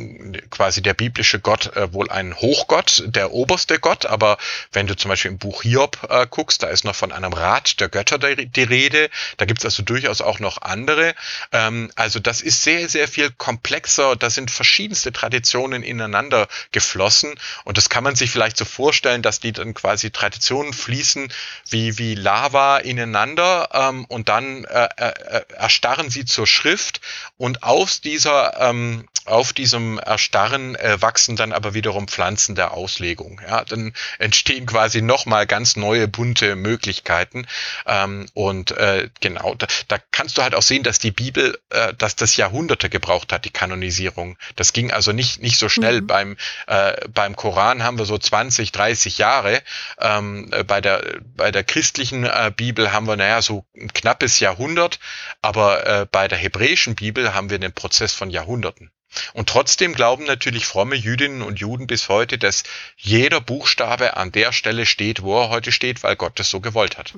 quasi der biblische Gott äh, wohl ein Hochgott, der oberste Gott, aber wenn du zum Beispiel im Buch Hiob äh, guckst, da ist noch von einem Rat der Götter die, die Rede, da gibt's also durchaus auch noch andere, ähm, also das ist sehr, sehr viel komplexer, da sind verschiedenste Traditionen ineinander geflossen und das kann man sich vielleicht so vorstellen, dass die dann quasi Traditionen fließen wie, wie Lava ineinander ähm, und dann äh, äh, erstarren sie zur Schrift und aus dieser ähm, auf diesem Erstarren äh, wachsen dann aber wiederum Pflanzen der Auslegung. Ja, dann entstehen quasi nochmal ganz neue bunte Möglichkeiten. Ähm, und äh, genau, da, da kannst du halt auch sehen, dass die Bibel, äh, dass das Jahrhunderte gebraucht hat, die Kanonisierung. Das ging also nicht nicht so schnell. Mhm. Beim äh, beim Koran haben wir so zwanzig, dreißig Jahre. Ähm, äh, bei der bei der christlichen äh, Bibel haben wir naja so ein knappes Jahrhundert, aber äh, bei der hebräischen Bibel haben wir den Prozess von Jahrhunderten. Und trotzdem glauben natürlich fromme Jüdinnen und Juden bis heute, dass jeder Buchstabe an der Stelle steht, wo er heute steht, weil Gott es so gewollt hat.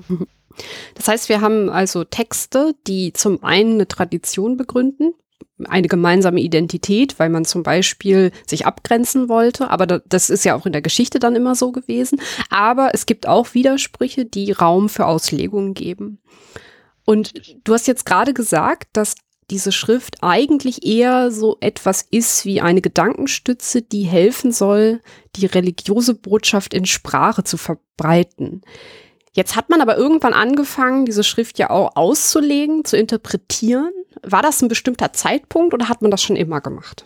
Das heißt, wir haben also Texte, die zum einen eine Tradition begründen, eine gemeinsame Identität, weil man zum Beispiel sich abgrenzen wollte, aber das ist ja auch in der Geschichte dann immer so gewesen. Aber es gibt auch Widersprüche, die Raum für Auslegungen geben. Und du hast jetzt gerade gesagt, dass diese Schrift eigentlich eher so etwas ist wie eine Gedankenstütze, die helfen soll, die religiöse Botschaft in Sprache zu verbreiten. Jetzt hat man aber irgendwann angefangen, diese Schrift ja auch auszulegen, zu interpretieren. War das ein bestimmter Zeitpunkt oder hat man das schon immer gemacht?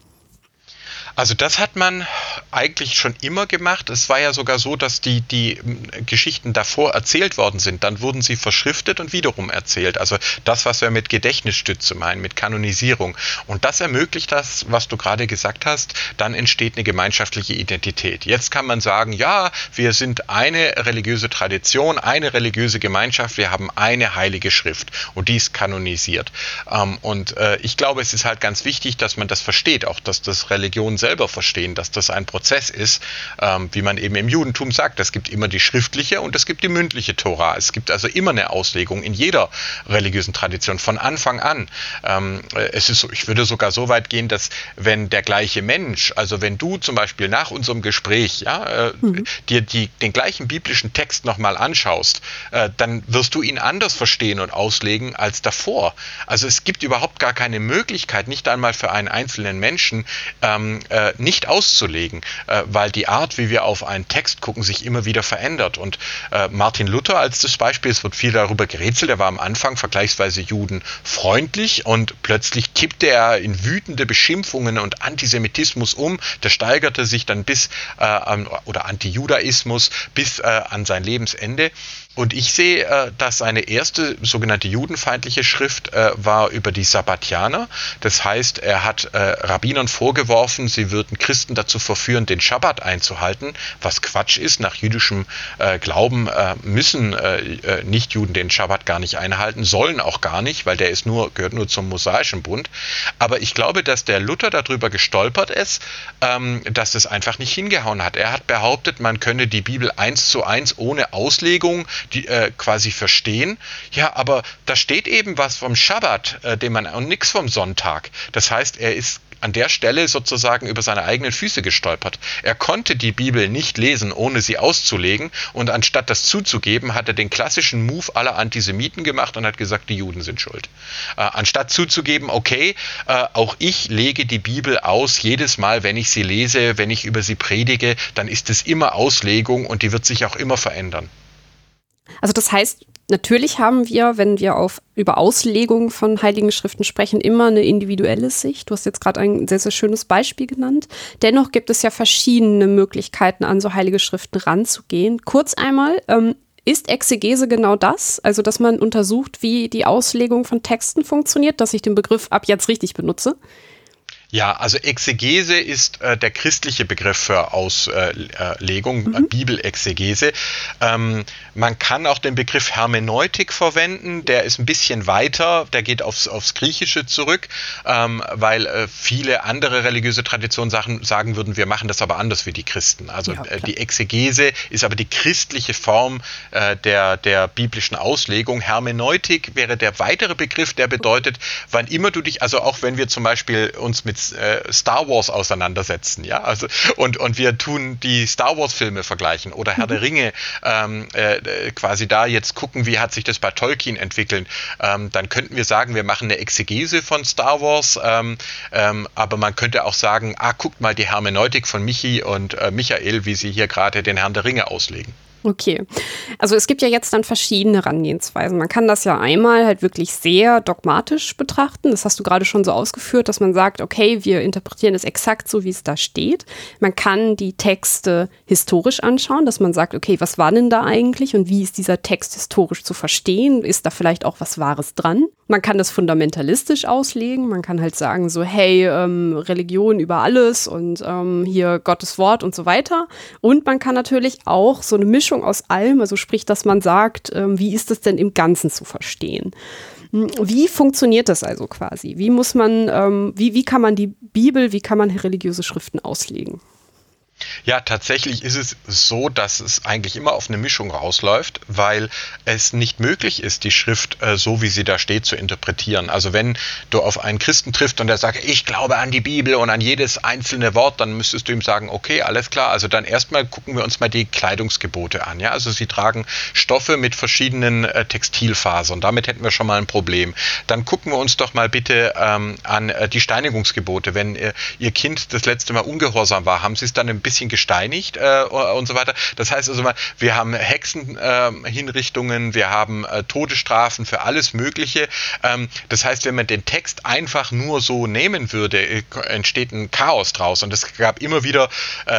Also das hat man eigentlich schon immer gemacht. Es war ja sogar so, dass die, die Geschichten davor erzählt worden sind. Dann wurden sie verschriftet und wiederum erzählt. Also das, was wir mit Gedächtnisstütze meinen, mit Kanonisierung. Und das ermöglicht das, was du gerade gesagt hast. Dann entsteht eine gemeinschaftliche Identität. Jetzt kann man sagen, ja, wir sind eine religiöse Tradition, eine religiöse Gemeinschaft. Wir haben eine heilige Schrift und die ist kanonisiert. Und ich glaube, es ist halt ganz wichtig, dass man das versteht, auch dass das Religion selber verstehen, dass das ein Prozess ist, ähm, wie man eben im Judentum sagt. Es gibt immer die schriftliche und es gibt die mündliche Tora. Es gibt also immer eine Auslegung in jeder religiösen Tradition von Anfang an. Ähm, es ist so, ich würde sogar so weit gehen, dass wenn der gleiche Mensch, also wenn du zum Beispiel nach unserem Gespräch ja, äh, mhm. dir die, den gleichen biblischen Text nochmal anschaust, äh, dann wirst du ihn anders verstehen und auslegen als davor. Also es gibt überhaupt gar keine Möglichkeit, nicht einmal für einen einzelnen Menschen, ähm, äh, nicht auszulegen, äh, weil die Art, wie wir auf einen Text gucken, sich immer wieder verändert. Und äh, Martin Luther als das Beispiel, es wird viel darüber gerätselt, er war am Anfang vergleichsweise judenfreundlich und plötzlich kippte er in wütende Beschimpfungen und Antisemitismus um. Der steigerte sich dann bis, äh, oder Antijudaismus bis äh, an sein Lebensende. Und ich sehe, äh, dass seine erste sogenannte judenfeindliche Schrift äh, war über die Sabbatianer. Das heißt, er hat äh, Rabbinern vorgeworfen, sie würden Christen dazu verführen, den Schabbat einzuhalten, was Quatsch ist. Nach jüdischem äh, Glauben äh, müssen äh, Nichtjuden den Schabbat gar nicht einhalten, sollen auch gar nicht, weil der ist nur, gehört nur zum mosaischen Bund. Aber ich glaube, dass der Luther darüber gestolpert ist, ähm, dass das einfach nicht hingehauen hat. Er hat behauptet, man könne die Bibel eins zu eins ohne Auslegung die äh, quasi verstehen. Ja, aber da steht eben was vom Schabbat, äh, den man und nichts vom Sonntag. Das heißt, er ist an der Stelle sozusagen über seine eigenen Füße gestolpert. Er konnte die Bibel nicht lesen, ohne sie auszulegen, und anstatt das zuzugeben, hat er den klassischen Move aller Antisemiten gemacht und hat gesagt, die Juden sind schuld. Äh, anstatt zuzugeben, okay, äh, auch ich lege die Bibel aus, jedes Mal, wenn ich sie lese, wenn ich über sie predige, dann ist es immer Auslegung und die wird sich auch immer verändern. Also das heißt, natürlich haben wir, wenn wir auf, über Auslegung von Heiligen Schriften sprechen, immer eine individuelle Sicht. Du hast jetzt gerade ein sehr, sehr schönes Beispiel genannt. Dennoch gibt es ja verschiedene Möglichkeiten, an so Heilige Schriften ranzugehen. Kurz einmal, ähm, ist Exegese genau das? Also, dass man untersucht, wie die Auslegung von Texten funktioniert, dass ich den Begriff ab jetzt richtig benutze? Ja, also Exegese ist äh, der christliche Begriff für Auslegung, äh, mhm. Bibelexegese. Ähm, man kann auch den Begriff Hermeneutik verwenden, der ist ein bisschen weiter, der geht aufs, aufs Griechische zurück, ähm, weil äh, viele andere religiöse Traditionen sagen, sagen würden, wir machen das aber anders wie die Christen. Also ja, äh, die Exegese ist aber die christliche Form äh, der, der biblischen Auslegung. Hermeneutik wäre der weitere Begriff, der bedeutet, wann immer du dich, also auch wenn wir zum Beispiel uns mit Star Wars auseinandersetzen, ja, also und und wir tun die Star Wars Filme vergleichen oder Herr mhm. der Ringe ähm, äh, quasi da jetzt gucken, wie hat sich das bei Tolkien entwickelt, ähm, dann könnten wir sagen, wir machen eine Exegese von Star Wars, ähm, ähm, aber man könnte auch sagen, ah, guckt mal die Hermeneutik von Michi und äh, Michael, wie sie hier gerade den Herrn der Ringe auslegen. Okay, also es gibt ja jetzt dann verschiedene Herangehensweisen. Man kann das ja einmal halt wirklich sehr dogmatisch betrachten. Das hast du gerade schon so ausgeführt, dass man sagt, okay, wir interpretieren es exakt so, wie es da steht. Man kann die Texte historisch anschauen, dass man sagt, okay, was war denn da eigentlich und wie ist dieser Text historisch zu verstehen? Ist da vielleicht auch was Wahres dran? Man kann das fundamentalistisch auslegen. Man kann halt sagen so, hey, ähm, Religion über alles und ähm, hier Gottes Wort und so weiter. Und man kann natürlich auch so eine Mischung aus allem, also sprich, dass man sagt, ähm, wie ist das denn im Ganzen zu verstehen? Wie funktioniert das also quasi? Wie muss man, ähm, wie, wie kann man die Bibel, wie kann man religiöse Schriften auslegen? Ja, tatsächlich ist es so, dass es eigentlich immer auf eine Mischung rausläuft, weil es nicht möglich ist, die Schrift äh, so, wie sie da steht, zu interpretieren. Also wenn du auf einen Christen triffst und der sagt, ich glaube an die Bibel und an jedes einzelne Wort, dann müsstest du ihm sagen, okay, alles klar, also dann erstmal gucken wir uns mal die Kleidungsgebote an. Ja? Also sie tragen Stoffe mit verschiedenen äh, Textilfasern, damit hätten wir schon mal ein Problem. Dann gucken wir uns doch mal bitte ähm, an äh, die Steinigungsgebote. Wenn äh, ihr Kind das letzte Mal ungehorsam war, haben sie es dann im bisschen gesteinigt äh, und so weiter. Das heißt also mal, wir haben Hexenhinrichtungen, äh, wir haben äh, Todesstrafen für alles Mögliche. Ähm, das heißt, wenn man den Text einfach nur so nehmen würde, äh, entsteht ein Chaos draus. Und es gab immer wieder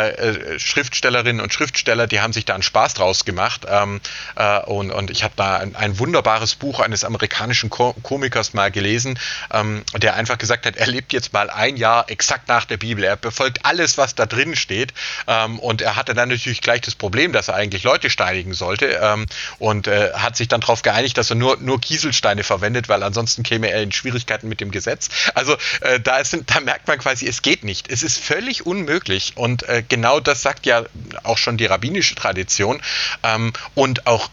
äh, Schriftstellerinnen und Schriftsteller, die haben sich da einen Spaß draus gemacht. Ähm, äh, und, und ich habe da ein, ein wunderbares Buch eines amerikanischen Ko- Komikers mal gelesen, ähm, der einfach gesagt hat, er lebt jetzt mal ein Jahr exakt nach der Bibel. Er befolgt alles, was da drin steht. Ähm, und er hatte dann natürlich gleich das Problem, dass er eigentlich Leute steinigen sollte ähm, und äh, hat sich dann darauf geeinigt, dass er nur, nur Kieselsteine verwendet, weil ansonsten käme er in Schwierigkeiten mit dem Gesetz. Also äh, da, ist, da merkt man quasi, es geht nicht. Es ist völlig unmöglich und äh, genau das sagt ja auch schon die rabbinische Tradition ähm, und auch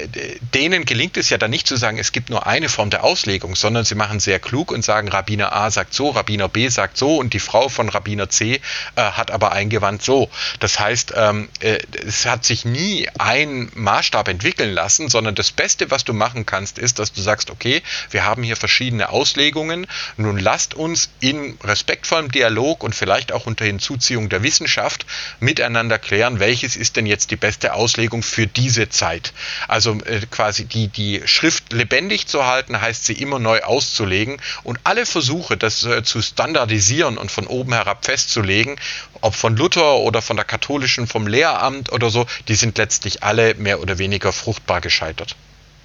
denen gelingt es ja dann nicht zu sagen, es gibt nur eine Form der Auslegung, sondern sie machen sehr klug und sagen, Rabbiner A sagt so, Rabbiner B sagt so und die Frau von Rabbiner C äh, hat aber eingewandt so. Das heißt, ähm, äh, es hat sich nie ein Maßstab entwickeln lassen, sondern das Beste, was du machen kannst, ist, dass du sagst, okay, wir haben hier verschiedene Auslegungen, nun lasst uns in respektvollem Dialog und vielleicht auch unter Hinzuziehung der Wissenschaft miteinander klären, welches ist denn jetzt die beste Auslegung für diese Zeit. Also äh, quasi die, die Schrift lebendig zu halten, heißt sie immer neu auszulegen und alle Versuche, das äh, zu standardisieren und von oben herab festzulegen, ob von Luther oder von der katholischen, vom Lehramt oder so, die sind letztlich alle mehr oder weniger fruchtbar gescheitert.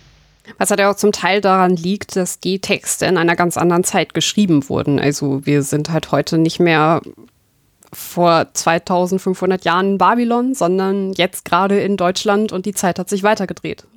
Was halt ja auch zum Teil daran liegt, dass die Texte in einer ganz anderen Zeit geschrieben wurden. Also wir sind halt heute nicht mehr vor zweitausendfünfhundert Jahren in Babylon, sondern jetzt gerade in Deutschland und die Zeit hat sich weitergedreht.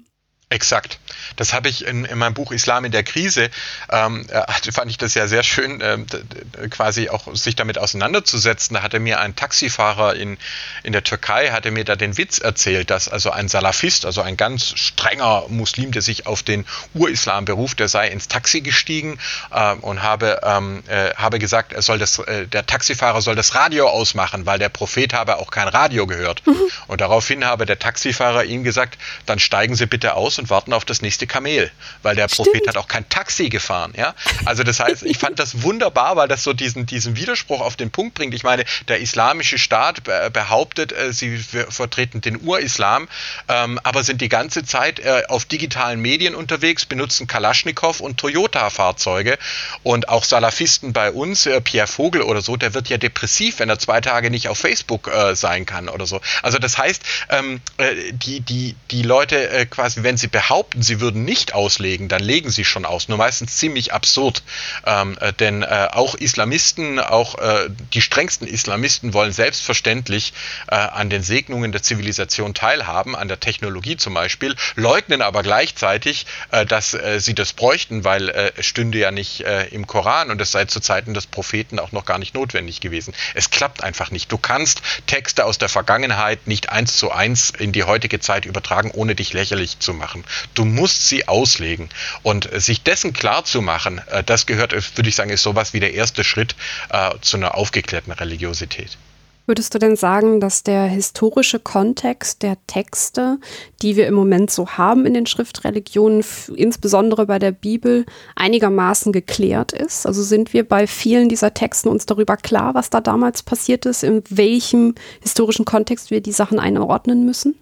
Exakt. Das habe ich in, in meinem Buch Islam in der Krise, ähm, fand ich das ja sehr schön, äh, quasi auch sich damit auseinanderzusetzen. Da hatte mir ein Taxifahrer in, in der Türkei, hatte mir da den Witz erzählt, dass also ein Salafist, also ein ganz strenger Muslim, der sich auf den Urislam beruft, der sei ins Taxi gestiegen äh, und habe, ähm, äh, habe gesagt, er soll das, äh, der Taxifahrer soll das Radio ausmachen, weil der Prophet habe auch kein Radio gehört. Mhm. Und daraufhin habe der Taxifahrer ihm gesagt, dann steigen Sie bitte aus und warten auf das nächste Kamel, weil der Stimmt. Prophet hat auch kein Taxi gefahren. Ja? Also das heißt, ich fand das wunderbar, weil das so diesen, diesen Widerspruch auf den Punkt bringt. Ich meine, der islamische Staat behauptet, sie vertreten den Urislam, ähm, aber sind die ganze Zeit äh, auf digitalen Medien unterwegs, benutzen Kalaschnikow und Toyota-Fahrzeuge und auch Salafisten bei uns, äh, Pierre Vogel oder so, der wird ja depressiv, wenn er zwei Tage nicht auf Facebook äh, sein kann oder so. Also das heißt, ähm, äh, die, die, die Leute äh, quasi, wenn sie behaupten, sie würden nicht auslegen, dann legen sie schon aus. Nur meistens ziemlich absurd. Ähm, äh, denn äh, auch Islamisten, auch äh, die strengsten Islamisten wollen selbstverständlich äh, an den Segnungen der Zivilisation teilhaben, an der Technologie zum Beispiel, leugnen aber gleichzeitig, äh, dass äh, sie das bräuchten, weil äh, es stünde ja nicht äh, im Koran und es sei zu Zeiten des Propheten auch noch gar nicht notwendig gewesen. Es klappt einfach nicht. Du kannst Texte aus der Vergangenheit nicht eins zu eins in die heutige Zeit übertragen, ohne dich lächerlich zu machen. Du musst sie auslegen. Und äh, sich dessen klar zu machen, äh, das gehört, würde ich sagen, ist sowas wie der erste Schritt äh, zu einer aufgeklärten Religiosität. Würdest du denn sagen, dass der historische Kontext der Texte, die wir im Moment so haben in den Schriftreligionen, f- insbesondere bei der Bibel, einigermaßen geklärt ist? Also sind wir bei vielen dieser Texten uns darüber klar, was da damals passiert ist, in welchem historischen Kontext wir die Sachen einordnen müssen?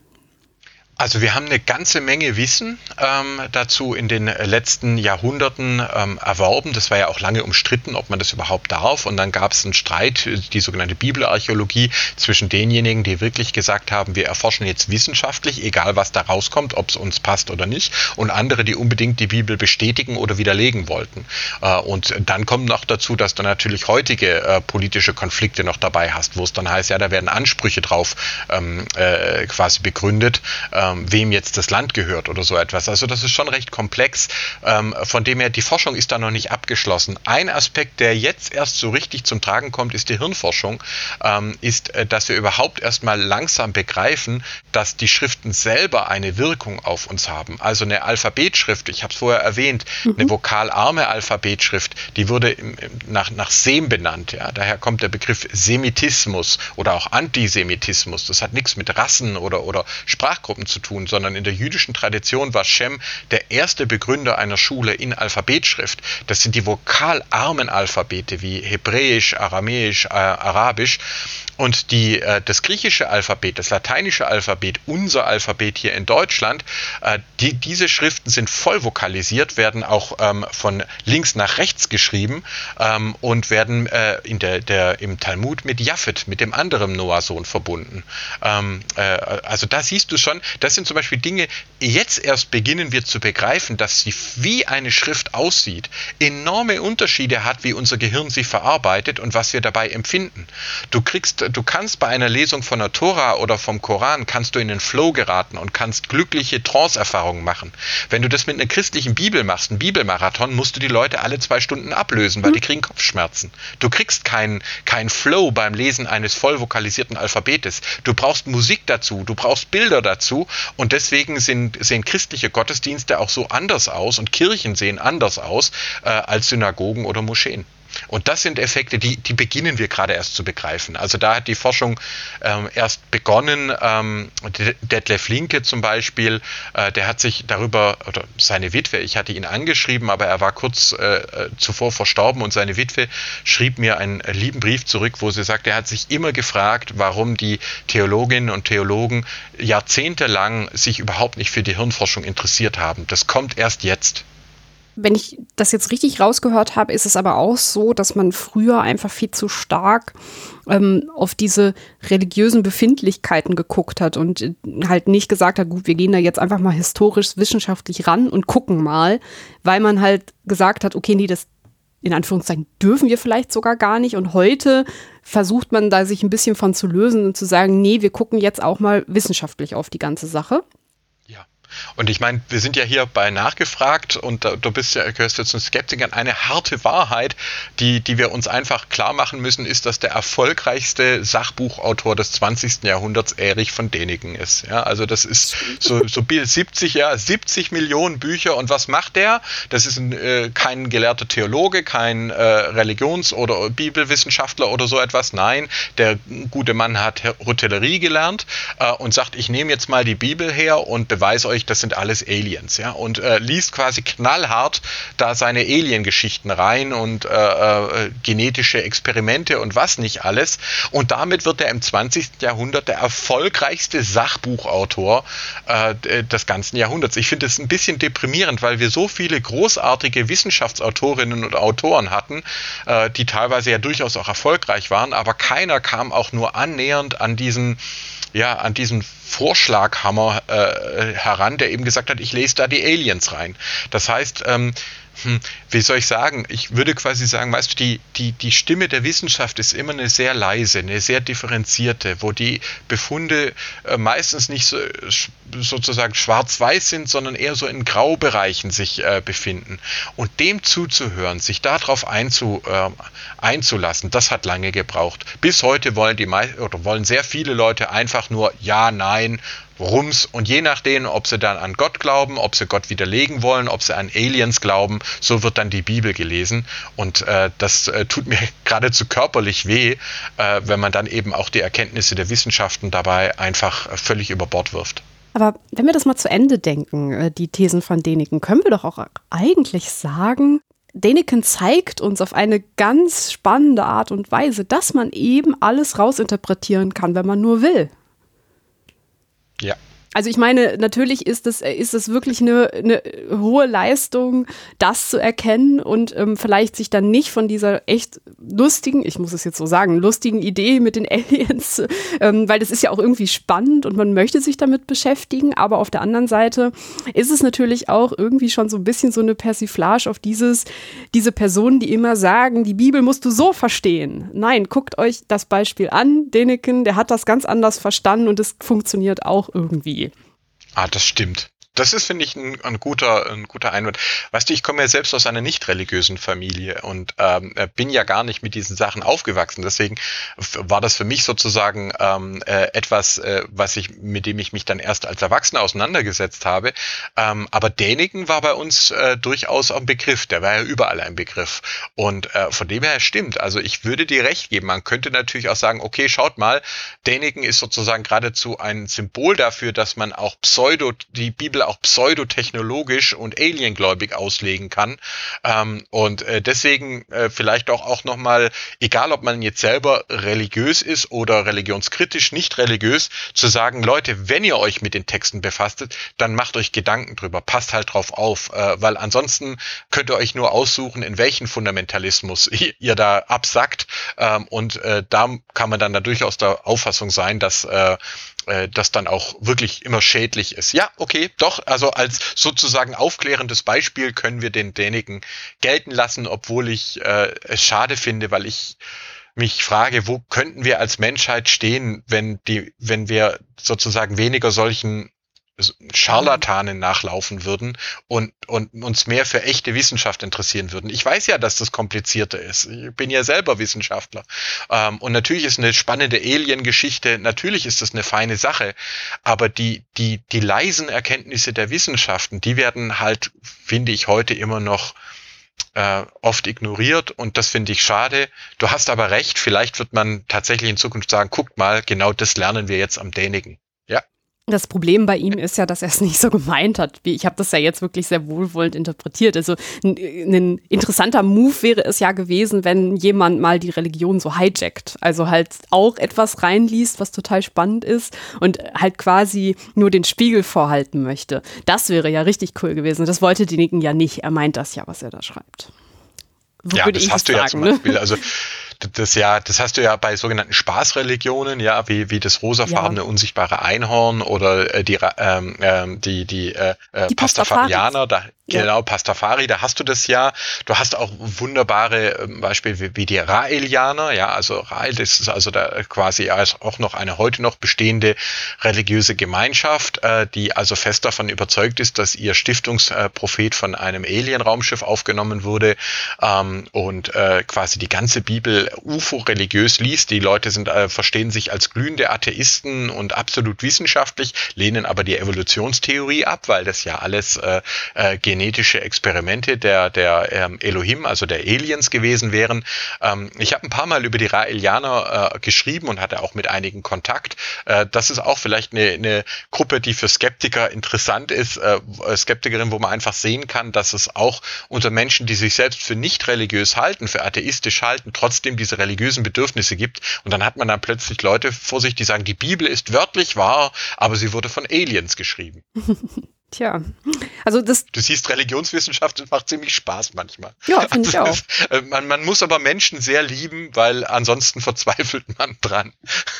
Also wir haben eine ganze Menge Wissen ähm, dazu in den letzten Jahrhunderten ähm, erworben. Das war ja auch lange umstritten, ob man das überhaupt darf. Und dann gab es einen Streit, die sogenannte Bibelarchäologie, zwischen denjenigen, die wirklich gesagt haben, wir erforschen jetzt wissenschaftlich, egal was da rauskommt, ob es uns passt oder nicht, und andere, die unbedingt die Bibel bestätigen oder widerlegen wollten. Äh, und dann kommt noch dazu, dass du natürlich heutige äh, politische Konflikte noch dabei hast, wo es dann heißt, ja, da werden Ansprüche drauf ähm, äh, quasi begründet, äh, wem jetzt das Land gehört oder so etwas. Also das ist schon recht komplex, ähm, von dem her, die Forschung ist da noch nicht abgeschlossen. Ein Aspekt, der jetzt erst so richtig zum Tragen kommt, ist die Hirnforschung, ähm, ist, äh, dass wir überhaupt erstmal langsam begreifen, dass die Schriften selber eine Wirkung auf uns haben. Also eine Alphabetschrift, ich habe es vorher erwähnt, mhm. eine vokalarme Alphabetschrift, die wurde im, im, nach, nach Sem benannt. Ja? Daher kommt der Begriff Semitismus oder auch Antisemitismus. Das hat nichts mit Rassen oder, oder Sprachgruppen zu tun, sondern in der jüdischen Tradition war Shem der erste Begründer einer Schule in Alphabetschrift. Das sind die vokalarmen Alphabete wie Hebräisch, Aramäisch, äh, Arabisch. Und die, äh, das griechische Alphabet, das lateinische Alphabet, unser Alphabet hier in Deutschland, äh, die, diese Schriften sind voll vokalisiert, werden auch ähm, von links nach rechts geschrieben ähm, und werden äh, in der, der, im Talmud mit Japhet, mit dem anderen Noah-Sohn verbunden. Ähm, äh, also da siehst du schon, das sind zum Beispiel Dinge, jetzt erst beginnen wir zu begreifen, dass sie, wie eine Schrift aussieht, enorme Unterschiede hat, wie unser Gehirn sie verarbeitet und was wir dabei empfinden. Du kriegst Du kannst bei einer Lesung von der Tora oder vom Koran, kannst du in den Flow geraten und kannst glückliche Trance-Erfahrungen machen. Wenn du das mit einer christlichen Bibel machst, einen Bibelmarathon, musst du die Leute alle zwei Stunden ablösen, weil die kriegen Kopfschmerzen. Du kriegst keinen kein Flow beim Lesen eines voll vokalisierten Alphabetes. Du brauchst Musik dazu, du brauchst Bilder dazu und deswegen sind, sehen christliche Gottesdienste auch so anders aus und Kirchen sehen anders aus äh, als Synagogen oder Moscheen. Und das sind Effekte, die, die beginnen wir gerade erst zu begreifen. Also da hat die Forschung ähm, erst begonnen. Ähm, Detlef Linke zum Beispiel, äh, der hat sich darüber, oder seine Witwe, ich hatte ihn angeschrieben, aber er war kurz äh, zuvor verstorben und seine Witwe schrieb mir einen lieben Brief zurück, wo sie sagt, er hat sich immer gefragt, warum die Theologinnen und Theologen jahrzehntelang sich überhaupt nicht für die Hirnforschung interessiert haben. Das kommt erst jetzt. Wenn ich das jetzt richtig rausgehört habe, ist es aber auch so, dass man früher einfach viel zu stark ähm, auf diese religiösen Befindlichkeiten geguckt hat und äh, halt nicht gesagt hat, gut, wir gehen da jetzt einfach mal historisch, wissenschaftlich ran und gucken mal, weil man halt gesagt hat, okay, nee, das in Anführungszeichen dürfen wir vielleicht sogar gar nicht. Und heute versucht man da sich ein bisschen von zu lösen und zu sagen, nee, wir gucken jetzt auch mal wissenschaftlich auf die ganze Sache. Ja. Und ich meine, wir sind ja hier bei Nachgefragt und du bist ja, gehörst ja zu Skeptikern. Eine harte Wahrheit, die, die wir uns einfach klar machen müssen, ist, dass der erfolgreichste Sachbuchautor des zwanzigsten Jahrhunderts Erich von Däniken ist. Ja, also das ist so, so siebzig, ja, siebzig Millionen Bücher. Und was macht der? Das ist ein, äh, kein gelehrter Theologe, kein äh, Religions- oder Bibelwissenschaftler oder so etwas. Nein, der gute Mann hat Hotellerie gelernt äh, und sagt, ich nehme jetzt mal die Bibel her und beweise euch, das sind alles Aliens, ja, und äh, liest quasi knallhart da seine Alien-Geschichten rein und äh, äh, genetische Experimente und was nicht alles. Und damit wird er im zwanzigsten Jahrhundert der erfolgreichste Sachbuchautor äh, des ganzen Jahrhunderts. Ich finde es ein bisschen deprimierend, weil wir so viele großartige Wissenschaftsautorinnen und Autoren hatten, äh, die teilweise ja durchaus auch erfolgreich waren, aber keiner kam auch nur annähernd an diesen ja, an diesen Vorschlaghammer äh, heran, der eben gesagt hat, ich lese da die Aliens rein. Das heißt, ähm, hm, wie soll ich sagen, ich würde quasi sagen, weißt du, die, die, die Stimme der Wissenschaft ist immer eine sehr leise, eine sehr differenzierte, wo die Befunde äh, meistens nicht so, sozusagen schwarz-weiß sind, sondern eher so in Graubereichen sich äh, befinden. Und dem zuzuhören, sich darauf einzu, äh, einzulassen, das hat lange gebraucht. Bis heute wollen die mei- oder wollen sehr viele Leute einfach nur ja, nein, Rums, und je nachdem, ob sie dann an Gott glauben, ob sie Gott widerlegen wollen, ob sie an Aliens glauben, so wird dann die Bibel gelesen. Und äh, das äh, tut mir geradezu körperlich weh, äh, wenn man dann eben auch die Erkenntnisse der Wissenschaften dabei einfach äh, völlig über Bord wirft. Aber wenn wir das mal zu Ende denken, die Thesen von Däniken, können wir doch auch eigentlich sagen, Däniken zeigt uns auf eine ganz spannende Art und Weise, dass man eben alles rausinterpretieren kann, wenn man nur will. Ja. Also ich meine, natürlich ist es, ist es wirklich eine, eine hohe Leistung, das zu erkennen und ähm, vielleicht sich dann nicht von dieser echt lustigen, ich muss es jetzt so sagen, lustigen Idee mit den Aliens, ähm, weil das ist ja auch irgendwie spannend und man möchte sich damit beschäftigen, aber auf der anderen Seite ist es natürlich auch irgendwie schon so ein bisschen so eine Persiflage auf dieses, diese Personen, die immer sagen, die Bibel musst du so verstehen. Nein, guckt euch das Beispiel an, Däniken, der hat das ganz anders verstanden und es funktioniert auch irgendwie. Ah, das stimmt. Das ist, finde ich, ein, ein, guter, ein guter Einwand. Weißt du, ich komme ja selbst aus einer nicht religiösen Familie und ähm, bin ja gar nicht mit diesen Sachen aufgewachsen. Deswegen war das für mich sozusagen ähm, äh, etwas, äh, was ich, mit dem ich mich dann erst als Erwachsener auseinandergesetzt habe. Ähm, aber Däniken war bei uns äh, durchaus ein Begriff. Der war ja überall ein Begriff. Und äh, von dem her stimmt. Also ich würde dir recht geben. Man könnte natürlich auch sagen, okay, schaut mal, Däniken ist sozusagen geradezu ein Symbol dafür, dass man auch Pseudo, die Bibel auch pseudotechnologisch und aliengläubig auslegen kann. Ähm, und äh, deswegen äh, vielleicht auch, auch nochmal, egal ob man jetzt selber religiös ist oder religionskritisch, nicht religiös, zu sagen, Leute, wenn ihr euch mit den Texten befasst, dann macht euch Gedanken drüber, passt halt drauf auf, äh, weil ansonsten könnt ihr euch nur aussuchen, in welchen Fundamentalismus ihr, ihr da absackt. Ähm, und äh, da kann man dann da durchaus der Auffassung sein, dass äh, das dann auch wirklich immer schädlich ist. Ja, okay, doch, also als sozusagen aufklärendes Beispiel können wir den Däniken gelten lassen, obwohl ich äh, es schade finde, weil ich mich frage, wo könnten wir als Menschheit stehen, wenn die, wenn wir sozusagen weniger solchen Scharlatanen nachlaufen würden und, und uns mehr für echte Wissenschaft interessieren würden. Ich weiß ja, dass das komplizierter ist. Ich bin ja selber Wissenschaftler. Ähm, und natürlich ist eine spannende Alien-Geschichte, natürlich ist das eine feine Sache, aber die, die, die leisen Erkenntnisse der Wissenschaften, die werden halt, finde ich, heute immer noch äh, oft ignoriert und das finde ich schade. Du hast aber recht, vielleicht wird man tatsächlich in Zukunft sagen, guckt mal, genau das lernen wir jetzt am Däniken. Ja. Das Problem bei ihm ist ja, dass er es nicht so gemeint hat. Ich habe das ja jetzt wirklich sehr wohlwollend interpretiert. Also ein, ein interessanter Move wäre es ja gewesen, wenn jemand mal die Religion so hijackt. Also halt auch etwas reinliest, was total spannend ist und halt quasi nur den Spiegel vorhalten möchte. Das wäre ja richtig cool gewesen. Das wollte Däniken ja nicht. Er meint das ja, was er da schreibt. So ja, das hast du sagen, ja zum Beispiel. Ne? Also das ja, das hast du ja bei sogenannten Spaßreligionen, ja, wie wie das rosafarbene Ja. unsichtbare Einhorn oder äh, die ähm, ähm, die die, äh, Die Pastafarianer, da Ja. genau Pastafari, da hast du das ja. Du hast auch wunderbare ähm, Beispiele wie, wie die Raelianer, ja, also Rael, das ist also da quasi auch noch eine heute noch bestehende religiöse Gemeinschaft, äh, die also fest davon überzeugt ist, dass ihr Stiftungsprophet von einem Alien-Raumschiff aufgenommen wurde ähm, und äh, quasi die ganze Bibel U F O-religiös liest. Die Leute sind äh, verstehen sich als glühende Atheisten und absolut wissenschaftlich, lehnen aber die Evolutionstheorie ab, weil das ja alles äh, äh, genetische Experimente der der ähm, Elohim, also der Aliens gewesen wären. Ähm, ich habe ein paar Mal über die Raelianer äh, geschrieben und hatte auch mit einigen Kontakt. Äh, das ist auch vielleicht eine, eine Gruppe, die für Skeptiker interessant ist, äh, Skeptikerin, wo man einfach sehen kann, dass es auch unter Menschen, die sich selbst für nicht religiös halten, für atheistisch halten, trotzdem diese religiösen Bedürfnisse gibt. Und dann hat man dann plötzlich Leute vor sich, die sagen, die Bibel ist wörtlich wahr, aber sie wurde von Aliens geschrieben. Tja, also das... Du siehst, Religionswissenschaft, das macht ziemlich Spaß manchmal. Ja, finde ich auch. Ist, äh, man, man muss aber Menschen sehr lieben, weil ansonsten verzweifelt man dran.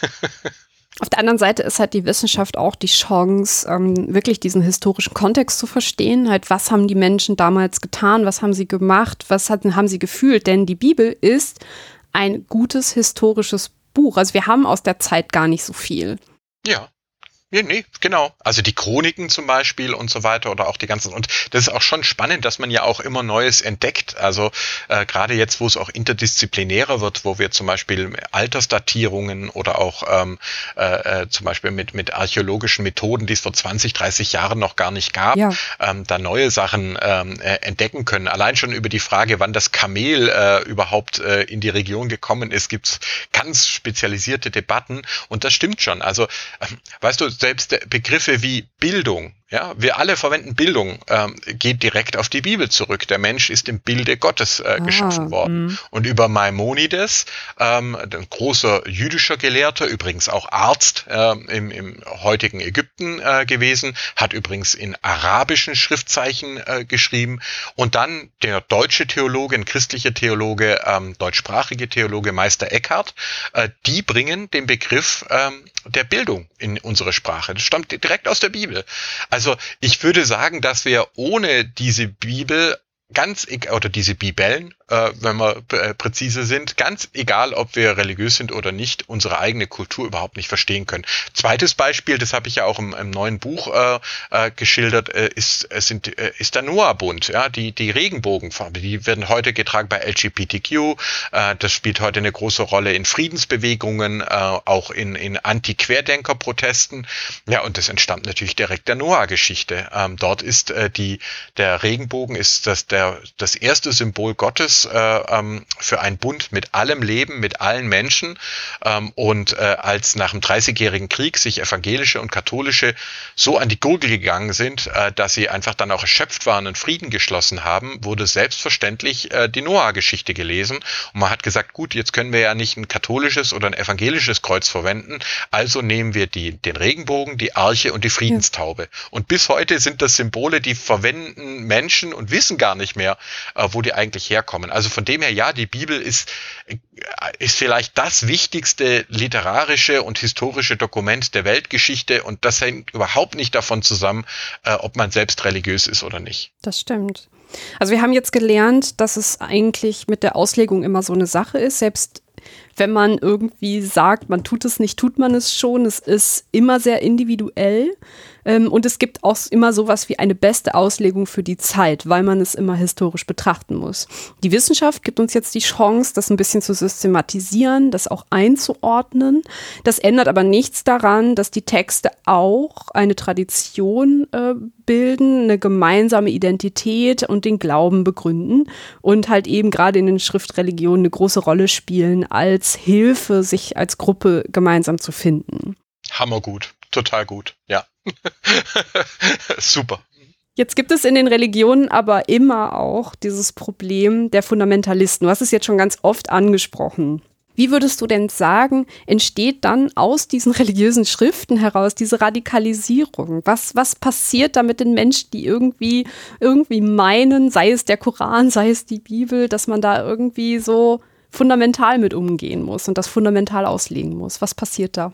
Auf der anderen Seite ist halt die Wissenschaft auch die Chance, ähm, wirklich diesen historischen Kontext zu verstehen. Halt, was haben die Menschen damals getan? Was haben sie gemacht? Was hatten, haben sie gefühlt? Denn die Bibel ist ein gutes historisches Buch. Also wir haben aus der Zeit gar nicht so viel. Ja. Nee, nee, genau. Also die Chroniken zum Beispiel und so weiter oder auch die ganzen. Und das ist auch schon spannend, dass man ja auch immer Neues entdeckt. Also äh, gerade jetzt, wo es auch interdisziplinärer wird, wo wir zum Beispiel Altersdatierungen oder auch ähm, äh, zum Beispiel mit mit archäologischen Methoden, die es vor zwanzig, dreißig Jahren noch gar nicht gab, ja. ähm, da neue Sachen ähm, äh, entdecken können. Allein schon über die Frage, wann das Kamel äh, überhaupt äh, in die Region gekommen ist, gibt's ganz spezialisierte Debatten. Und das stimmt schon. Also, äh, weißt du, selbst Begriffe wie Bildung, ja, wir alle verwenden Bildung, ähm, geht direkt auf die Bibel zurück. Der Mensch ist im Bilde Gottes äh, geschaffen ah, worden. Mh. Und über Maimonides, ähm, ein großer jüdischer Gelehrter, übrigens auch Arzt äh, im, im heutigen Ägypten äh, gewesen, hat übrigens in arabischen Schriftzeichen äh, geschrieben. Und dann der deutsche Theologe, ein christlicher Theologe, ähm, deutschsprachige Theologe Meister Eckhart, äh, die bringen den Begriff ähm, der Bildung in unsere Sprache. Das stammt direkt aus der Bibel. Also ich würde sagen, dass wir ohne diese Bibel ganz, oder diese Bibeln, äh, wenn wir äh, präzise sind, ganz egal, ob wir religiös sind oder nicht, unsere eigene Kultur überhaupt nicht verstehen können. Zweites Beispiel, das habe ich ja auch im, im neuen Buch äh, äh, geschildert, äh, ist, äh, sind, äh, ist der Noah-Bund, ja, die, die Regenbogenfarbe, die werden heute getragen bei L G B T Q, äh, das spielt heute eine große Rolle in Friedensbewegungen, äh, auch in, in Anti-Querdenker-Protesten, ja, und das entstammt natürlich direkt der Noah-Geschichte. Ähm, dort ist äh, die, der Regenbogen ist das, der Der, das erste Symbol Gottes äh, ähm, für einen Bund mit allem Leben, mit allen Menschen. Ähm, und äh, als nach dem dreißigjährigen Krieg sich evangelische und katholische so an die Gurgel gegangen sind, äh, dass sie einfach dann auch erschöpft waren und Frieden geschlossen haben, wurde selbstverständlich äh, die Noah-Geschichte gelesen. Und man hat gesagt, gut, jetzt können wir ja nicht ein katholisches oder ein evangelisches Kreuz verwenden, also nehmen wir die, den Regenbogen, die Arche und die Friedenstaube. Ja. Und bis heute sind das Symbole, die verwenden Menschen und wissen gar nicht mehr, wo die eigentlich herkommen. Also von dem her, ja, die Bibel ist, ist vielleicht das wichtigste literarische und historische Dokument der Weltgeschichte und das hängt überhaupt nicht davon zusammen, ob man selbst religiös ist oder nicht. Das stimmt. Also wir haben jetzt gelernt, dass es eigentlich mit der Auslegung immer so eine Sache ist, selbst wenn man irgendwie sagt, man tut es nicht, tut man es schon. Es ist immer sehr individuell. Ähm, und es gibt auch immer sowas wie eine beste Auslegung für die Zeit, weil man es immer historisch betrachten muss. Die Wissenschaft gibt uns jetzt die Chance, das ein bisschen zu systematisieren, das auch einzuordnen. Das ändert aber nichts daran, dass die Texte auch eine Tradition äh, bilden, eine gemeinsame Identität und den Glauben begründen und halt eben gerade in den Schriftreligionen eine große Rolle spielen als Hilfe, sich als Gruppe gemeinsam zu finden. Hammergut, total gut, ja. Super. Jetzt gibt es in den Religionen aber immer auch dieses Problem der Fundamentalisten. Du hast es jetzt schon ganz oft angesprochen. Wie würdest du denn sagen, entsteht dann aus diesen religiösen Schriften heraus diese Radikalisierung? Was, was passiert da mit den Menschen, die irgendwie, irgendwie meinen, sei es der Koran, sei es die Bibel, dass man da irgendwie so fundamental mit umgehen muss und das fundamental auslegen muss. Was passiert da?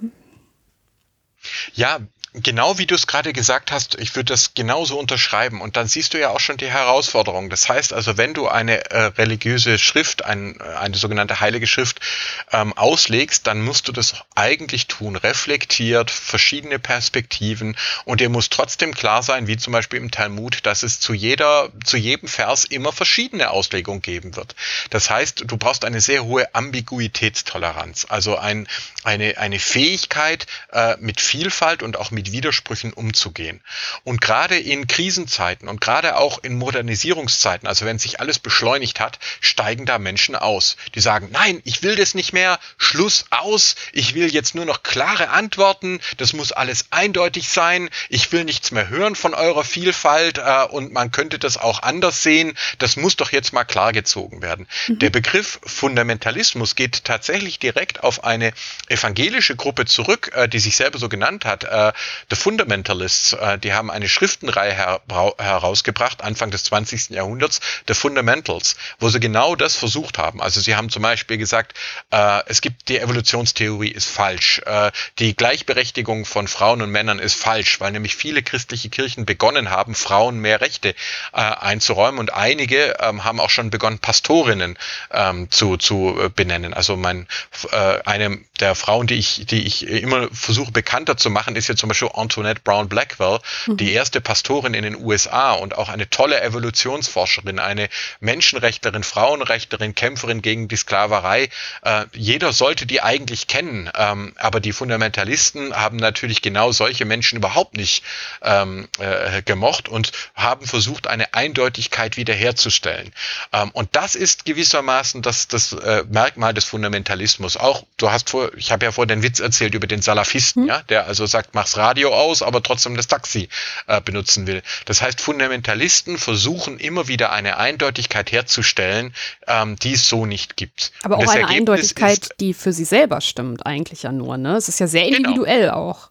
Ja, genau wie du es gerade gesagt hast, ich würde das genauso unterschreiben. Und dann siehst du ja auch schon die Herausforderung. Das heißt also, wenn du eine äh, religiöse Schrift, ein, eine sogenannte heilige Schrift ähm, auslegst, dann musst du das eigentlich tun, reflektiert, verschiedene Perspektiven. Und dir muss trotzdem klar sein, wie zum Beispiel im Talmud, dass es zu jeder, zu jedem Vers immer verschiedene Auslegungen geben wird. Das heißt, du brauchst eine sehr hohe Ambiguitätstoleranz, also ein, eine, eine Fähigkeit, äh, mit Vielfalt und auch mit Widersprüchen umzugehen. Und gerade in Krisenzeiten und gerade auch in Modernisierungszeiten, also wenn sich alles beschleunigt hat, steigen da Menschen aus. Die sagen, nein, ich will das nicht mehr, Schluss aus, ich will jetzt nur noch klare Antworten, das muss alles eindeutig sein, ich will nichts mehr hören von eurer Vielfalt äh, und man könnte das auch anders sehen, das muss doch jetzt mal klargezogen werden. Mhm. Der Begriff Fundamentalismus geht tatsächlich direkt auf eine evangelische Gruppe zurück, äh, die sich selber so genannt hat, äh, The Fundamentalists, äh, die haben eine Schriftenreihe her- herausgebracht, Anfang des zwanzigsten Jahrhunderts, The Fundamentals, wo sie genau das versucht haben. Also sie haben zum Beispiel gesagt, äh, es gibt, die Evolutionstheorie ist falsch, äh, die Gleichberechtigung von Frauen und Männern ist falsch, weil nämlich viele christliche Kirchen begonnen haben, Frauen mehr Rechte äh, einzuräumen und einige ähm, haben auch schon begonnen, Pastorinnen ähm, zu, zu äh, benennen. Also mein, äh, eine der Frauen, die ich, die ich immer versuche bekannter zu machen, ist ja zum Beispiel Antoinette Brown Blackwell, mhm. die erste Pastorin in den U S A und auch eine tolle Evolutionsforscherin, eine Menschenrechtlerin, Frauenrechtlerin, Kämpferin gegen die Sklaverei. Äh, jeder sollte die eigentlich kennen, ähm, aber die Fundamentalisten haben natürlich genau solche Menschen überhaupt nicht ähm, äh, gemocht und haben versucht, eine Eindeutigkeit wiederherzustellen. Ähm, und das ist gewissermaßen das, das äh, Merkmal des Fundamentalismus. Auch, du hast vor, ich habe ja vorhin den Witz erzählt über den Salafisten, mhm. ja, der also sagt, mach's Radio aus, aber trotzdem das Taxi äh, benutzen will. Das heißt, Fundamentalisten versuchen immer wieder eine Eindeutigkeit herzustellen, ähm, die es so nicht gibt. Aber auch eine Eindeutigkeit, ist, die für sie selber stimmt eigentlich ja nur, ne? Es ist ja sehr individuell genau. auch.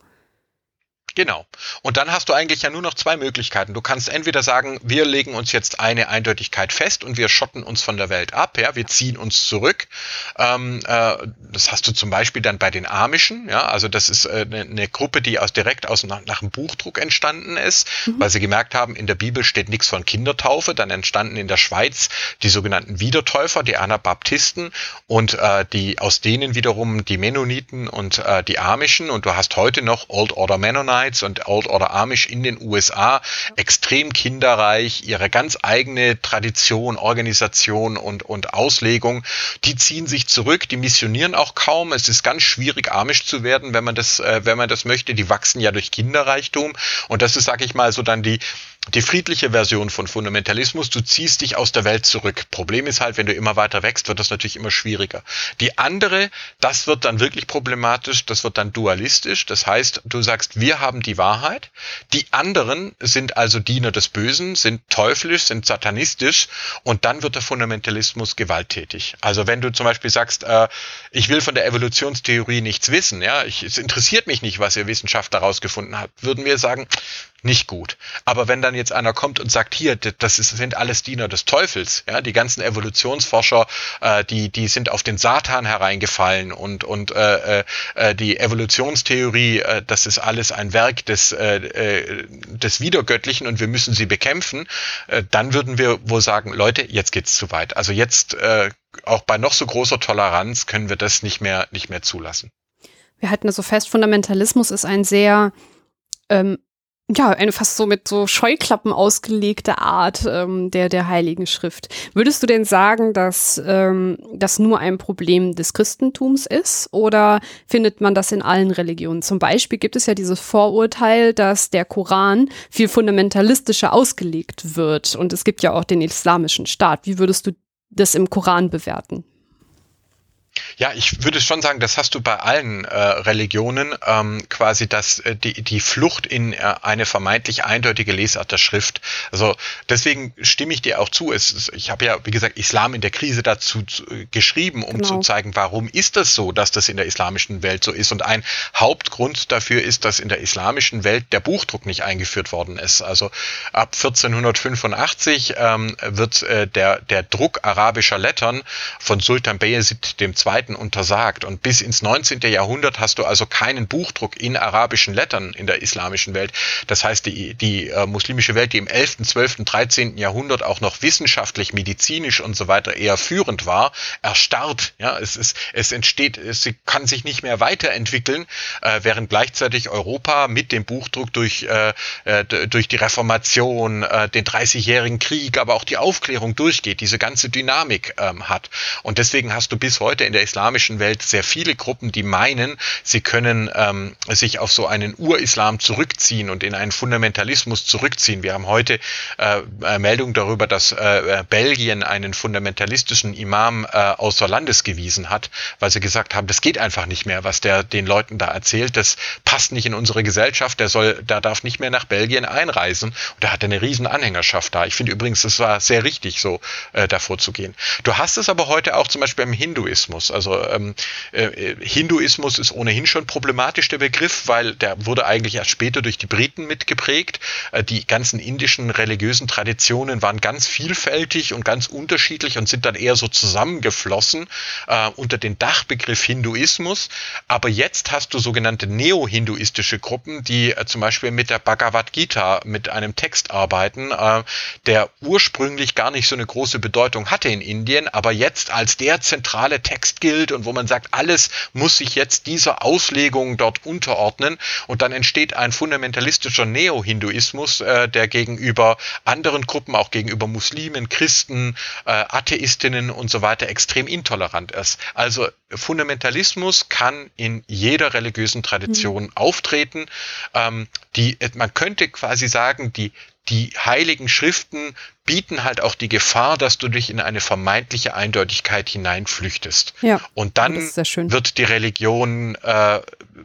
Genau. Und dann hast du eigentlich ja nur noch zwei Möglichkeiten. Du kannst entweder sagen, wir legen uns jetzt eine Eindeutigkeit fest und wir schotten uns von der Welt ab, ja, wir ziehen uns zurück. Ähm, äh, das hast du zum Beispiel dann bei den Amischen, ja, also das ist äh, eine, eine Gruppe, die aus direkt aus nach, nach dem Buchdruck entstanden ist, mhm. weil sie gemerkt haben, in der Bibel steht nichts von Kindertaufe. Dann entstanden in der Schweiz die sogenannten Wiedertäufer, die Anabaptisten und äh, die aus denen wiederum die Mennoniten und äh, die Amischen. Und du hast heute noch Old Order Mennonite und Old Order Amish in den U S A, extrem kinderreich, ihre ganz eigene Tradition, Organisation und, und Auslegung, die ziehen sich zurück, die missionieren auch kaum, es ist ganz schwierig, Amish zu werden, wenn man das, äh, wenn man das möchte, die wachsen ja durch Kinderreichtum und das ist, sag ich mal, so dann die Die friedliche Version von Fundamentalismus, du ziehst dich aus der Welt zurück. Problem ist halt, wenn du immer weiter wächst, wird das natürlich immer schwieriger. Die andere, das wird dann wirklich problematisch, das wird dann dualistisch. Das heißt, du sagst, wir haben die Wahrheit. Die anderen sind also Diener des Bösen, sind teuflisch, sind satanistisch und dann wird der Fundamentalismus gewalttätig. Also wenn du zum Beispiel sagst, äh, ich will von der Evolutionstheorie nichts wissen, ja, ich, es interessiert mich nicht, was ihr Wissenschaftler herausgefunden habt, würden wir sagen, nicht gut. Aber wenn dann jetzt einer kommt und sagt, hier, das ist, sind alles Diener des Teufels, ja, die ganzen Evolutionsforscher, äh, die die sind auf den Satan hereingefallen und und äh, äh, die Evolutionstheorie, äh, das ist alles ein Werk des äh, des Wiedergöttlichen und wir müssen sie bekämpfen, äh, dann würden wir wohl sagen, Leute, jetzt geht's zu weit. Also jetzt äh, auch bei noch so großer Toleranz können wir das nicht mehr nicht mehr zulassen. Wir halten das so fest, Fundamentalismus ist ein sehr ähm ja, eine fast so mit so Scheuklappen ausgelegte Art ähm, der, der Heiligen Schrift. Würdest du denn sagen, dass ähm, das nur ein Problem des Christentums ist oder findet man das in allen Religionen? Zum Beispiel gibt es ja dieses Vorurteil, dass der Koran viel fundamentalistischer ausgelegt wird und es gibt ja auch den islamischen Staat. Wie würdest du das im Koran bewerten? Ja, ich würde schon sagen, das hast du bei allen äh, Religionen, ähm, quasi das, äh, die, die Flucht in äh, eine vermeintlich eindeutige Lesart der Schrift. Also deswegen stimme ich dir auch zu. Es, es, ich habe ja, wie gesagt, Islam in der Krise dazu zu, äh, geschrieben, um Genau. zu zeigen, warum ist das so, dass das in der islamischen Welt so ist. Und ein Hauptgrund dafür ist, dass in der islamischen Welt der Buchdruck nicht eingeführt worden ist. Also ab vierzehnhundertfünfundachtzig ähm, wird äh, der, der Druck arabischer Lettern von Sultan Bayezid der Zweite untersagt. Und bis ins neunzehnten Jahrhundert hast du also keinen Buchdruck in arabischen Lettern in der islamischen Welt. Das heißt, die, die äh, muslimische Welt, die im elften, zwölften, dreizehnten Jahrhundert auch noch wissenschaftlich, medizinisch und so weiter eher führend war, erstarrt. Ja, es ist, es entsteht, es kann sich nicht mehr weiterentwickeln, äh, während gleichzeitig Europa mit dem Buchdruck durch, äh, durch die Reformation, äh, den dreißigjährigen Krieg, aber auch die Aufklärung durchgeht, diese ganze Dynamik ähm, hat. Und deswegen hast du bis heute in der islamischen Welt sehr viele Gruppen, die meinen, sie können ähm, sich auf so einen Urislam zurückziehen und in einen Fundamentalismus zurückziehen. Wir haben heute äh, Meldungen darüber, dass äh, Belgien einen fundamentalistischen Imam äh, außer Landes gewiesen hat, weil sie gesagt haben, das geht einfach nicht mehr, was der den Leuten da erzählt, das passt nicht in unsere Gesellschaft, der soll, der darf nicht mehr nach Belgien einreisen. Und da hat er eine riesen Anhängerschaft da. Ich finde übrigens, es war sehr richtig, so äh, davor zu gehen. Du hast es aber heute auch zum Beispiel im Hinduismus. Also ähm, äh, Hinduismus ist ohnehin schon problematisch, der Begriff, weil der wurde eigentlich erst später durch die Briten mitgeprägt. Äh, die ganzen indischen religiösen Traditionen waren ganz vielfältig und ganz unterschiedlich und sind dann eher so zusammengeflossen äh, unter den Dachbegriff Hinduismus. Aber jetzt hast du sogenannte neo-hinduistische Gruppen, die äh, zum Beispiel mit der Bhagavad Gita, mit einem Text arbeiten, äh, der ursprünglich gar nicht so eine große Bedeutung hatte in Indien, aber jetzt als der zentrale Text gilt und wo man sagt, alles muss sich jetzt dieser Auslegung dort unterordnen und dann entsteht ein fundamentalistischer Neo-Hinduismus, äh, der gegenüber anderen Gruppen, auch gegenüber Muslimen, Christen, äh, Atheistinnen und so weiter extrem intolerant ist. Also Fundamentalismus kann in jeder religiösen Tradition mhm. auftreten. Ähm, die, man könnte quasi sagen, die Die heiligen Schriften bieten halt auch die Gefahr, dass du dich in eine vermeintliche Eindeutigkeit hineinflüchtest. Ja, und dann wird die Religion äh,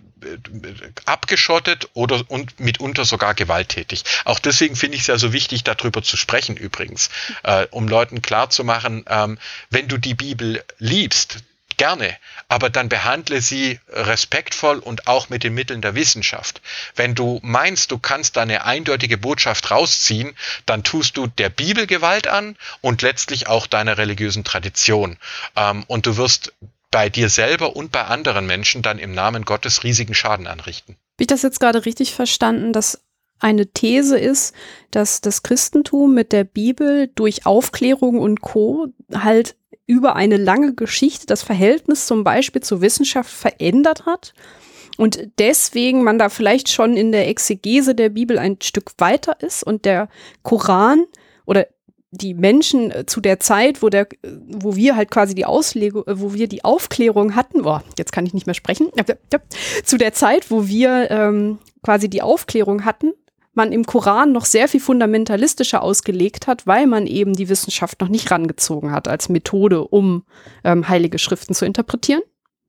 abgeschottet oder und mitunter sogar gewalttätig. Auch deswegen finde ich es ja so wichtig, darüber zu sprechen übrigens, äh, um Leuten klarzumachen, ähm, wenn du die Bibel liebst, gerne, aber dann behandle sie respektvoll und auch mit den Mitteln der Wissenschaft. Wenn du meinst, du kannst da eine eindeutige Botschaft rausziehen, dann tust du der Bibel Gewalt an und letztlich auch deiner religiösen Tradition. Ähm, und du wirst bei dir selber und bei anderen Menschen dann im Namen Gottes riesigen Schaden anrichten. Habe ich das jetzt gerade richtig verstanden, dass eine These ist, dass das Christentum mit der Bibel durch Aufklärung und Co. halt über eine lange Geschichte das Verhältnis zum Beispiel zur Wissenschaft verändert hat und deswegen man da vielleicht schon in der Exegese der Bibel ein Stück weiter ist und der Koran oder die Menschen zu der Zeit, wo der, wo wir halt quasi die Auslegung, wo wir die Aufklärung hatten, boah, jetzt kann ich nicht mehr sprechen, zu der Zeit, wo wir ähm, quasi die Aufklärung hatten, man im Koran noch sehr viel fundamentalistischer ausgelegt hat, weil man eben die Wissenschaft noch nicht rangezogen hat als Methode, um ähm, heilige Schriften zu interpretieren?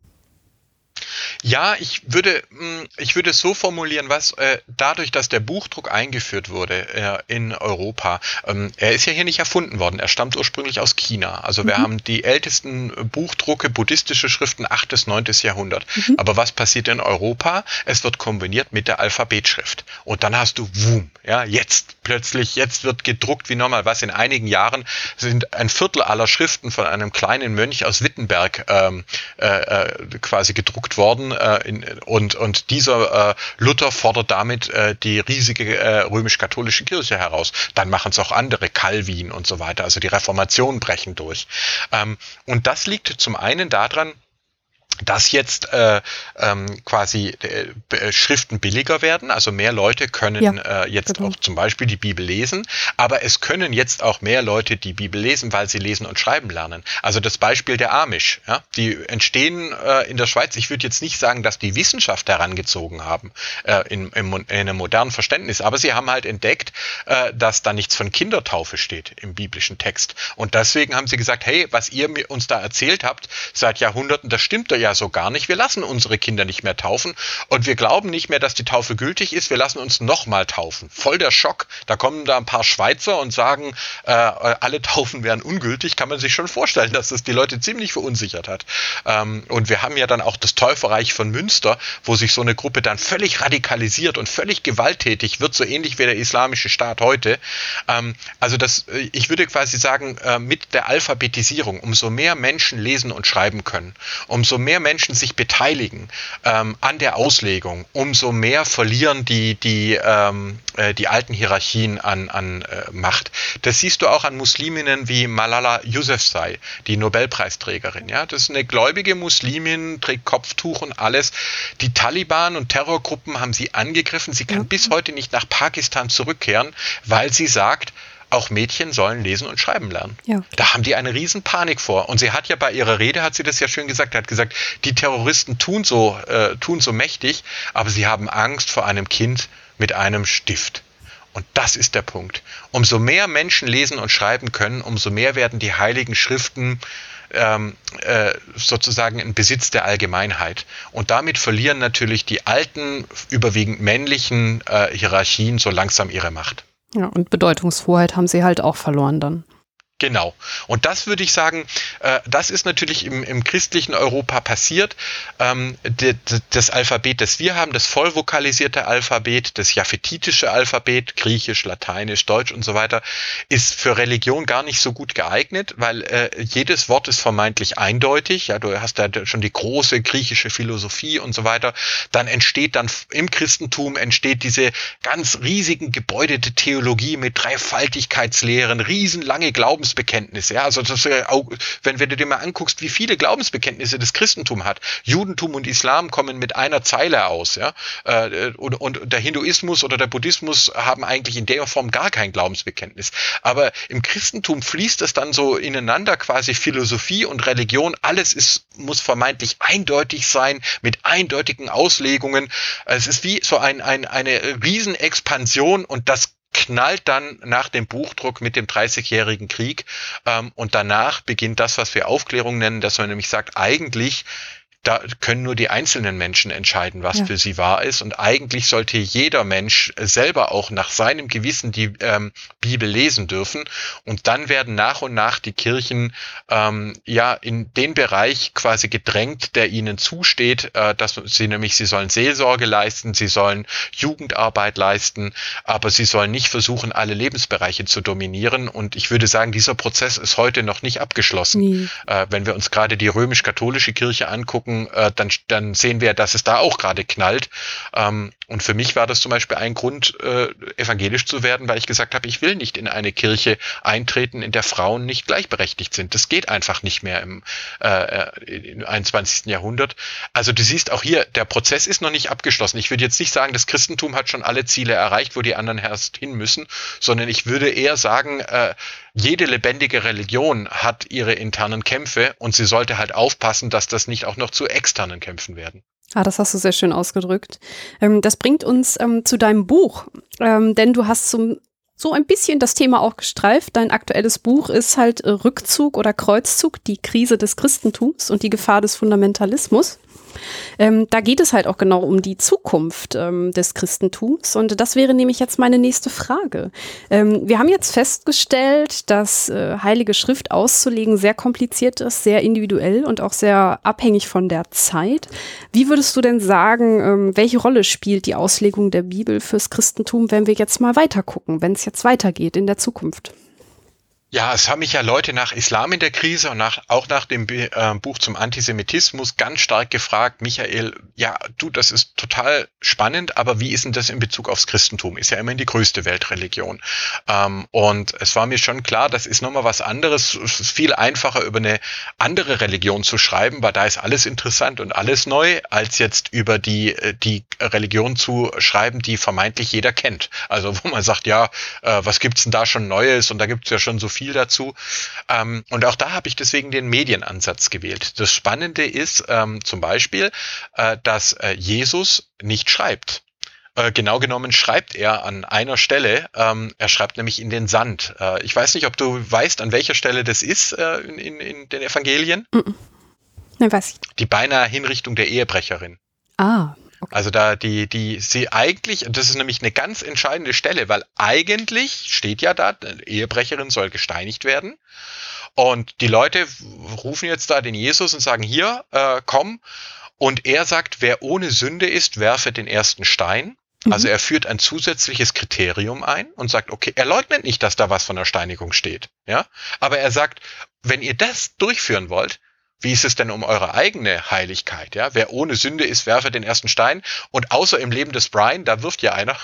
Ja, ich würde, ich würde es so formulieren, was äh, dadurch, dass der Buchdruck eingeführt wurde äh, in Europa, ähm, er ist ja hier nicht erfunden worden, er stammt ursprünglich aus China. Also wir mhm. haben die ältesten Buchdrucke, buddhistische Schriften, achtes, neuntes Jahrhundert. Mhm. Aber was passiert in Europa? Es wird kombiniert mit der Alphabetschrift. Und dann hast du, wum, ja, jetzt plötzlich, jetzt wird gedruckt wie normal, was in einigen Jahren sind ein Viertel aller Schriften von einem kleinen Mönch aus Wittenberg ähm, äh, quasi gedruckt worden. In, und, und dieser äh, Luther fordert damit äh, die riesige äh, römisch-katholische Kirche heraus. Dann machen es auch andere, Calvin und so weiter. Also die Reformationen brechen durch. Ähm, und das liegt zum einen daran, dass jetzt äh, ähm, quasi äh, Schriften billiger werden, also mehr Leute können ja, äh, jetzt genau. auch zum Beispiel die Bibel lesen, aber es können jetzt auch mehr Leute die Bibel lesen, weil sie lesen und schreiben lernen. Also das Beispiel der Amish, ja, die entstehen äh, in der Schweiz. Ich würde jetzt nicht sagen, dass die Wissenschaft herangezogen haben äh, in, in, in einem modernen Verständnis, aber sie haben halt entdeckt, äh, dass da nichts von Kindertaufe steht im biblischen Text. Und deswegen haben sie gesagt, hey, was ihr uns da erzählt habt seit Jahrhunderten, das stimmt ja so gar nicht. Wir lassen unsere Kinder nicht mehr taufen und wir glauben nicht mehr, dass die Taufe gültig ist. Wir lassen uns nochmal taufen. Voll der Schock. Da kommen da ein paar Schweizer und sagen, äh, alle Taufen wären ungültig. Kann man sich schon vorstellen, dass das die Leute ziemlich verunsichert hat. Ähm, und wir haben ja dann auch das Täuferreich von Münster, wo sich so eine Gruppe dann völlig radikalisiert und völlig gewalttätig wird, so ähnlich wie der islamische Staat heute. Ähm, also das, ich würde quasi sagen, äh, mit der Alphabetisierung, umso mehr Menschen lesen und schreiben können, umso mehr Menschen sich beteiligen ähm, an der Auslegung, umso mehr verlieren die, die, ähm, äh, die alten Hierarchien an, an äh, Macht. Das siehst du auch an Musliminnen wie Malala Yousafzai, die Nobelpreisträgerin. Ja? Das ist eine gläubige Muslimin, trägt Kopftuch und alles. Die Taliban und Terrorgruppen haben sie angegriffen. Sie kann mhm. bis heute nicht nach Pakistan zurückkehren, weil sie sagt, auch Mädchen sollen lesen und schreiben lernen. Ja. Da haben die eine riesen Panik vor. Und sie hat ja bei ihrer Rede, hat sie das ja schön gesagt, hat gesagt, die Terroristen tun so, äh, tun so mächtig, aber sie haben Angst vor einem Kind mit einem Stift. Und das ist der Punkt. Umso mehr Menschen lesen und schreiben können, umso mehr werden die heiligen Schriften ähm, äh, sozusagen in Besitz der Allgemeinheit. Und damit verlieren natürlich die alten, überwiegend männlichen äh, Hierarchien so langsam ihre Macht. Ja, und Bedeutungshoheit haben sie halt auch verloren dann. Genau. Und das würde ich sagen, äh, das ist natürlich im, im christlichen Europa passiert. Ähm, de, de, das Alphabet, das wir haben, das vollvokalisierte Alphabet, das japhetitische Alphabet, Griechisch, Lateinisch, Deutsch und so weiter, ist für Religion gar nicht so gut geeignet, weil äh, jedes Wort ist vermeintlich eindeutig. Ja, du hast da schon die große griechische Philosophie und so weiter. Dann entsteht dann im Christentum entsteht diese ganz riesigen Gebäude der Theologie mit Dreifaltigkeitslehren, riesenlange Glaubens Bekenntnisse, ja, also das, wenn, wenn du dir mal anguckst, wie viele Glaubensbekenntnisse das Christentum hat. Judentum und Islam kommen mit einer Zeile aus, ja, und, und der Hinduismus oder der Buddhismus haben eigentlich in der Form gar kein Glaubensbekenntnis. Aber im Christentum fließt es dann so ineinander, quasi Philosophie und Religion, alles ist, muss vermeintlich eindeutig sein, mit eindeutigen Auslegungen. Es ist wie so ein, ein, eine Riesenexpansion und das knallt dann nach dem Buchdruck mit dem dreißigjährigen Krieg ähm, und danach beginnt das, was wir Aufklärung nennen, dass man nämlich sagt, eigentlich da können nur die einzelnen Menschen entscheiden, was ja. für sie wahr ist. Und eigentlich sollte jeder Mensch selber auch nach seinem Gewissen die ähm, Bibel lesen dürfen. Und dann werden nach und nach die Kirchen ähm, ja in den Bereich quasi gedrängt, der ihnen zusteht, äh, dass sie nämlich, sie sollen Seelsorge leisten, sie sollen Jugendarbeit leisten, aber sie sollen nicht versuchen, alle Lebensbereiche zu dominieren. Und ich würde sagen, dieser Prozess ist heute noch nicht abgeschlossen. Nee. Äh, wenn wir uns gerade die römisch-katholische Kirche angucken, Dann, dann sehen wir, dass es da auch gerade knallt. Und für mich war das zum Beispiel ein Grund, evangelisch zu werden, weil ich gesagt habe, ich will nicht in eine Kirche eintreten, in der Frauen nicht gleichberechtigt sind. Das geht einfach nicht mehr im, im einundzwanzigsten Jahrhundert. Also du siehst auch hier, der Prozess ist noch nicht abgeschlossen. Ich würde jetzt nicht sagen, das Christentum hat schon alle Ziele erreicht, wo die anderen erst hin müssen, sondern ich würde eher sagen, jede lebendige Religion hat ihre internen Kämpfe und sie sollte halt aufpassen, dass das nicht auch noch zu externen Kämpfen werden. Ah, das hast du sehr schön ausgedrückt. Ähm, das bringt uns ähm, zu deinem Buch, ähm, denn du hast zum, so ein bisschen das Thema auch gestreift. Dein aktuelles Buch ist halt äh, Rückzug oder Kreuzzug, die Krise des Christentums und die Gefahr des Fundamentalismus. Ähm, da geht es halt auch genau um die Zukunft ähm, des Christentums und das wäre nämlich jetzt meine nächste Frage. Ähm, wir haben jetzt festgestellt, dass äh, Heilige Schrift auszulegen sehr kompliziert ist, sehr individuell und auch sehr abhängig von der Zeit. Wie würdest du denn sagen, ähm, welche Rolle spielt die Auslegung der Bibel fürs Christentum, wenn wir jetzt mal weiter gucken, wenn es jetzt weitergeht in der Zukunft? Ja, es haben mich ja Leute nach Islam in der Krise und nach, auch nach dem äh, Buch zum Antisemitismus ganz stark gefragt, Michael, ja, du, das ist total spannend, aber wie ist denn das in Bezug aufs Christentum? Ist ja immerhin die größte Weltreligion. Ähm, und es war mir schon klar, das ist nochmal was anderes. Es ist viel einfacher, über eine andere Religion zu schreiben, weil da ist alles interessant und alles neu, als jetzt über die, die Religion zu schreiben, die vermeintlich jeder kennt. Also wo man sagt, ja, äh, was gibt's denn da schon Neues? Und da gibt's ja schon so viel viel dazu. Ähm, und auch da habe ich deswegen den Medienansatz gewählt. Das Spannende ist ähm, zum Beispiel, äh, dass äh, Jesus nicht schreibt. Äh, genau genommen schreibt er an einer Stelle, ähm, er schreibt nämlich in den Sand. Äh, ich weiß nicht, ob du weißt, an welcher Stelle das ist äh, in, in, in den Evangelien. Mm-mm. Ne, was? Die beinahe Hinrichtung der Ehebrecherin. Ah. Okay. Also da die, die, sie eigentlich, das ist nämlich eine ganz entscheidende Stelle, weil eigentlich steht ja da, eine Ehebrecherin soll gesteinigt werden. Und die Leute rufen jetzt da den Jesus und sagen, hier, äh, komm. Und er sagt, wer ohne Sünde ist, werfe den ersten Stein. Mhm. Also er führt ein zusätzliches Kriterium ein und sagt, okay, er leugnet nicht, dass da was von der Steinigung steht. Ja, aber er sagt, wenn ihr das durchführen wollt, wie ist es denn um eure eigene Heiligkeit? Ja, wer ohne Sünde ist, werfe den ersten Stein. Und außer im Leben des Brian, da wirft ja einer.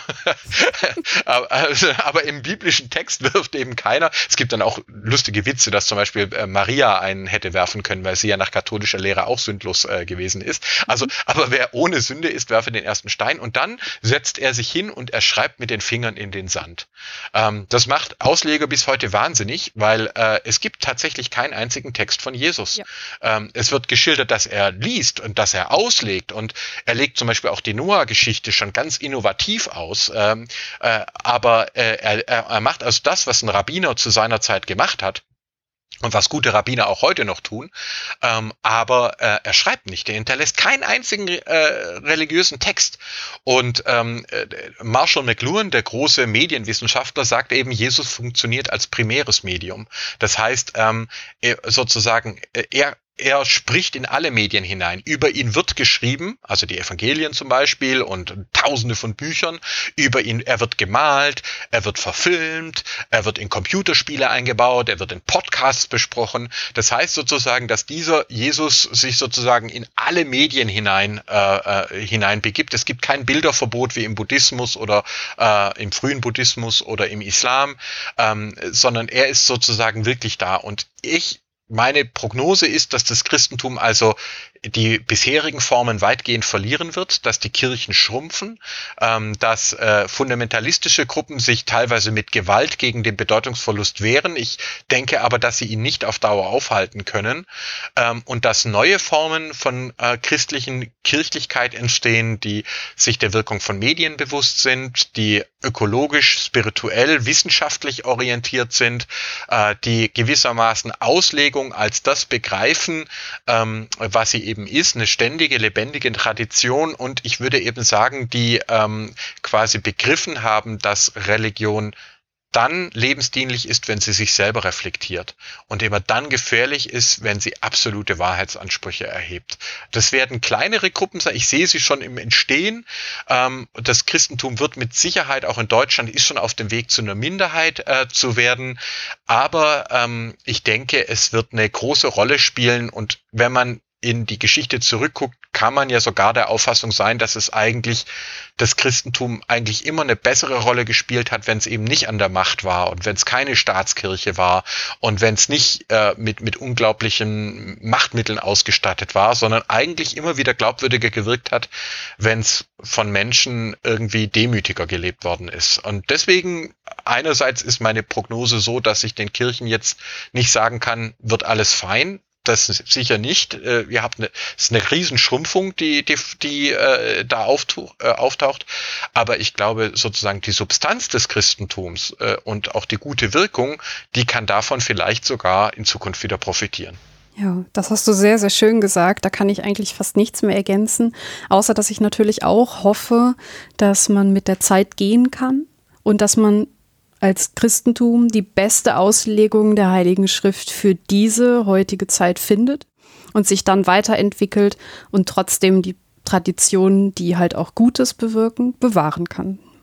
Aber im biblischen Text wirft eben keiner. Es gibt dann auch lustige Witze, dass zum Beispiel Maria einen hätte werfen können, weil sie ja nach katholischer Lehre auch sündlos äh, gewesen ist. Also, aber wer ohne Sünde ist, werfe den ersten Stein. Und dann setzt er sich hin und er schreibt mit den Fingern in den Sand. Ähm, das macht Ausleger bis heute wahnsinnig, weil äh, es gibt tatsächlich keinen einzigen Text von Jesus. Ja. Es wird geschildert, dass er liest und dass er auslegt und er legt zum Beispiel auch die Noah-Geschichte schon ganz innovativ aus, ähm, äh, aber äh, er, er macht also das, was ein Rabbiner zu seiner Zeit gemacht hat und was gute Rabbiner auch heute noch tun, ähm, aber äh, er schreibt nicht, er hinterlässt keinen einzigen äh, religiösen Text. Und ähm, Marshall McLuhan, der große Medienwissenschaftler, sagt eben, Jesus funktioniert als primäres Medium. Das heißt, ähm, er, sozusagen, er Er spricht in alle Medien hinein. Über ihn wird geschrieben, also die Evangelien zum Beispiel und tausende von Büchern. Über ihn, er wird gemalt, er wird verfilmt, er wird in Computerspiele eingebaut, er wird in Podcasts besprochen. Das heißt sozusagen, dass dieser Jesus sich sozusagen in alle Medien hinein äh, hinein begibt. Es gibt kein Bilderverbot wie im Buddhismus oder äh, im frühen Buddhismus oder im Islam, ähm, sondern er ist sozusagen wirklich da. Und ich Meine Prognose ist, dass das Christentum also die bisherigen Formen weitgehend verlieren wird, dass die Kirchen schrumpfen, ähm, dass äh, fundamentalistische Gruppen sich teilweise mit Gewalt gegen den Bedeutungsverlust wehren. Ich denke aber, dass sie ihn nicht auf Dauer aufhalten können ähm, und dass neue Formen von äh, christlichen Kirchlichkeit entstehen, die sich der Wirkung von Medien bewusst sind, die ökologisch, spirituell, wissenschaftlich orientiert sind, äh, die gewissermaßen Auslegung als das begreifen, ähm, was sie eben ist, eine ständige, lebendige Tradition und ich würde eben sagen, die ähm, quasi begriffen haben, dass Religion dann lebensdienlich ist, wenn sie sich selber reflektiert und immer dann gefährlich ist, wenn sie absolute Wahrheitsansprüche erhebt. Das werden kleinere Gruppen sein, ich sehe sie schon im Entstehen. Ähm, das Christentum wird mit Sicherheit auch in Deutschland, ist schon auf dem Weg zu einer Minderheit äh, zu werden, aber ähm, ich denke, es wird eine große Rolle spielen und wenn man in die Geschichte zurückguckt, kann man ja sogar der Auffassung sein, dass es eigentlich das Christentum eigentlich immer eine bessere Rolle gespielt hat, wenn es eben nicht an der Macht war und wenn es keine Staatskirche war und wenn es nicht äh, mit mit unglaublichen Machtmitteln ausgestattet war, sondern eigentlich immer wieder glaubwürdiger gewirkt hat, wenn es von Menschen irgendwie demütiger gelebt worden ist. Und deswegen einerseits ist meine Prognose so, dass ich den Kirchen jetzt nicht sagen kann, wird alles fein. Das sicher nicht. Ihr habt eine, es ist eine Riesenschrumpfung, die, die, die äh, da auftaucht, äh, auftaucht. Aber ich glaube, sozusagen die Substanz des Christentums äh, und auch die gute Wirkung, die kann davon vielleicht sogar in Zukunft wieder profitieren. Ja, das hast du sehr, sehr schön gesagt. Da kann ich eigentlich fast nichts mehr ergänzen, außer dass ich natürlich auch hoffe, dass man mit der Zeit gehen kann und dass man als Christentum die beste Auslegung der Heiligen Schrift für diese heutige Zeit findet und sich dann weiterentwickelt und trotzdem die Traditionen, die halt auch Gutes bewirken, bewahren kann.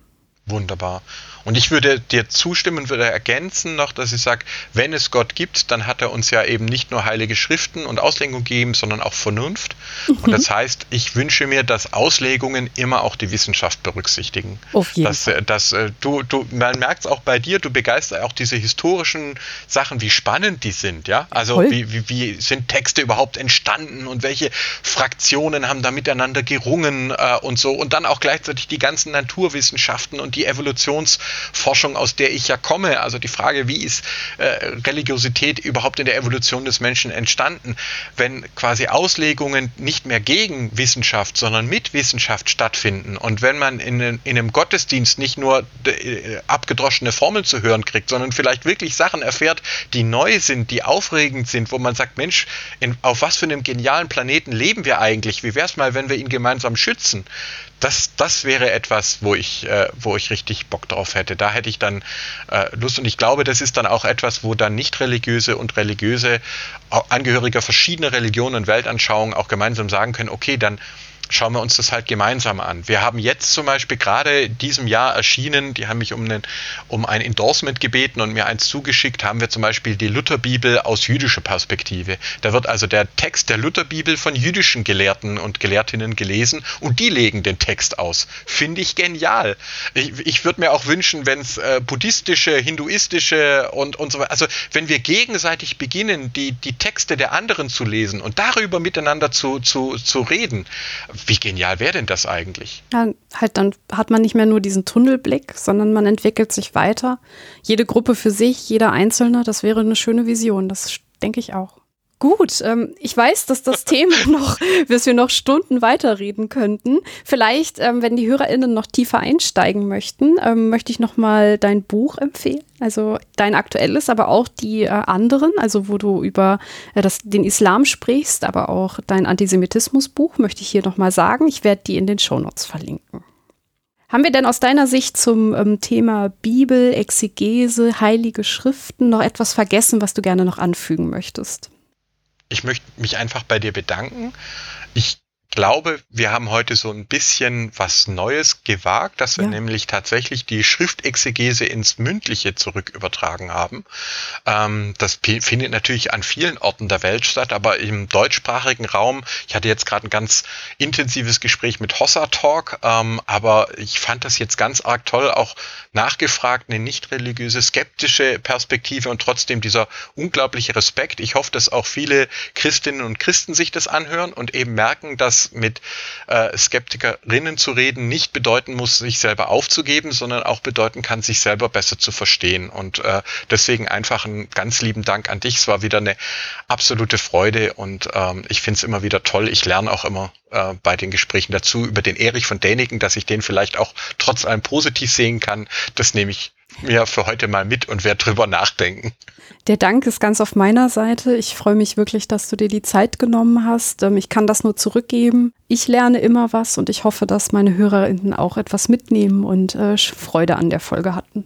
Wunderbar. Und ich würde dir zustimmen, würde ergänzen noch, dass ich sage, wenn es Gott gibt, dann hat er uns ja eben nicht nur heilige Schriften und Auslegungen gegeben, sondern auch Vernunft. Mhm. Und das heißt, ich wünsche mir, dass Auslegungen immer auch die Wissenschaft berücksichtigen. Auf jeden dass, Fall. Dass, du, du, man merkt es auch bei dir, du begeisterst auch diese historischen Sachen, wie spannend die sind. Ja? Also wie, wie, wie sind Texte überhaupt entstanden und welche Fraktionen haben da miteinander gerungen äh, und so. Und dann auch gleichzeitig die ganzen Naturwissenschaften und die Evolutionsforschung, aus der ich ja komme, also die Frage, wie ist äh, Religiosität überhaupt in der Evolution des Menschen entstanden, wenn quasi Auslegungen nicht mehr gegen Wissenschaft, sondern mit Wissenschaft stattfinden und wenn man in, in einem Gottesdienst nicht nur äh, abgedroschene Formeln zu hören kriegt, sondern vielleicht wirklich Sachen erfährt, die neu sind, die aufregend sind, wo man sagt, Mensch, in, auf was für einem genialen Planeten leben wir eigentlich? Wie wäre es mal, wenn wir ihn gemeinsam schützen? Das, das wäre etwas, wo ich, äh, wo ich richtig Bock drauf hätte. Da hätte ich dann äh, Lust und ich glaube, das ist dann auch etwas, wo dann Nicht-Religiöse und Religiöse, Angehörige verschiedener Religionen und Weltanschauungen auch gemeinsam sagen können, okay, dann schauen wir uns das halt gemeinsam an. Wir haben jetzt zum Beispiel gerade diesem Jahr erschienen, die haben mich um, einen, um ein Endorsement gebeten und mir eins zugeschickt, haben wir zum Beispiel die Lutherbibel aus jüdischer Perspektive. Da wird also der Text der Lutherbibel von jüdischen Gelehrten und Gelehrtinnen gelesen und die legen den Text aus. Finde ich genial. Ich, ich würde mir auch wünschen, wenn es äh, buddhistische, hinduistische und, und so weiter, also wenn wir gegenseitig beginnen, die, die Texte der anderen zu lesen und darüber miteinander zu, zu, zu reden, wie genial wäre denn das eigentlich? Ja, halt dann hat man nicht mehr nur diesen Tunnelblick, sondern man entwickelt sich weiter. Jede Gruppe für sich, jeder Einzelne, das wäre eine schöne Vision, das denke ich auch. Gut, ähm, ich weiß, dass das Thema noch, dass wir noch Stunden weiterreden könnten. Vielleicht, ähm, wenn die HörerInnen noch tiefer einsteigen möchten, ähm, möchte ich noch mal dein Buch empfehlen. Also dein aktuelles, aber auch die äh, anderen, also wo du über äh, das, den Islam sprichst, aber auch dein Antisemitismusbuch, möchte ich hier noch mal sagen. Ich werde die in den Shownotes verlinken. Haben wir denn aus deiner Sicht zum ähm, Thema Bibel, Exegese, Heilige Schriften noch etwas vergessen, was du gerne noch anfügen möchtest? Ich möchte mich einfach bei dir bedanken. Ich glaube, wir haben heute so ein bisschen was Neues gewagt, dass wir ja. nämlich tatsächlich die Schriftexegese ins Mündliche zurück übertragen haben. Ähm, das p- findet natürlich an vielen Orten der Welt statt, aber im deutschsprachigen Raum, ich hatte jetzt gerade ein ganz intensives Gespräch mit Hossa Talk, ähm, aber ich fand das jetzt ganz arg toll, auch nachgefragt, eine nicht religiöse, skeptische Perspektive und trotzdem dieser unglaubliche Respekt. Ich hoffe, dass auch viele Christinnen und Christen sich das anhören und eben merken, dass mit äh, Skeptikerinnen zu reden nicht bedeuten muss, sich selber aufzugeben, sondern auch bedeuten kann, sich selber besser zu verstehen. Und äh, deswegen einfach einen ganz lieben Dank an dich. Es war wieder eine absolute Freude und ähm, ich finde es immer wieder toll. Ich lerne auch immer äh, bei den Gesprächen dazu über den Erich von Däniken, dass ich den vielleicht auch trotz allem positiv sehen kann. Das nehme ich mir für heute mal mit und werde drüber nachdenken. Der Dank ist ganz auf meiner Seite. Ich freue mich wirklich, dass du dir die Zeit genommen hast. Ich kann das nur zurückgeben. Ich lerne immer was und ich hoffe, dass meine HörerInnen auch etwas mitnehmen und äh, Freude an der Folge hatten.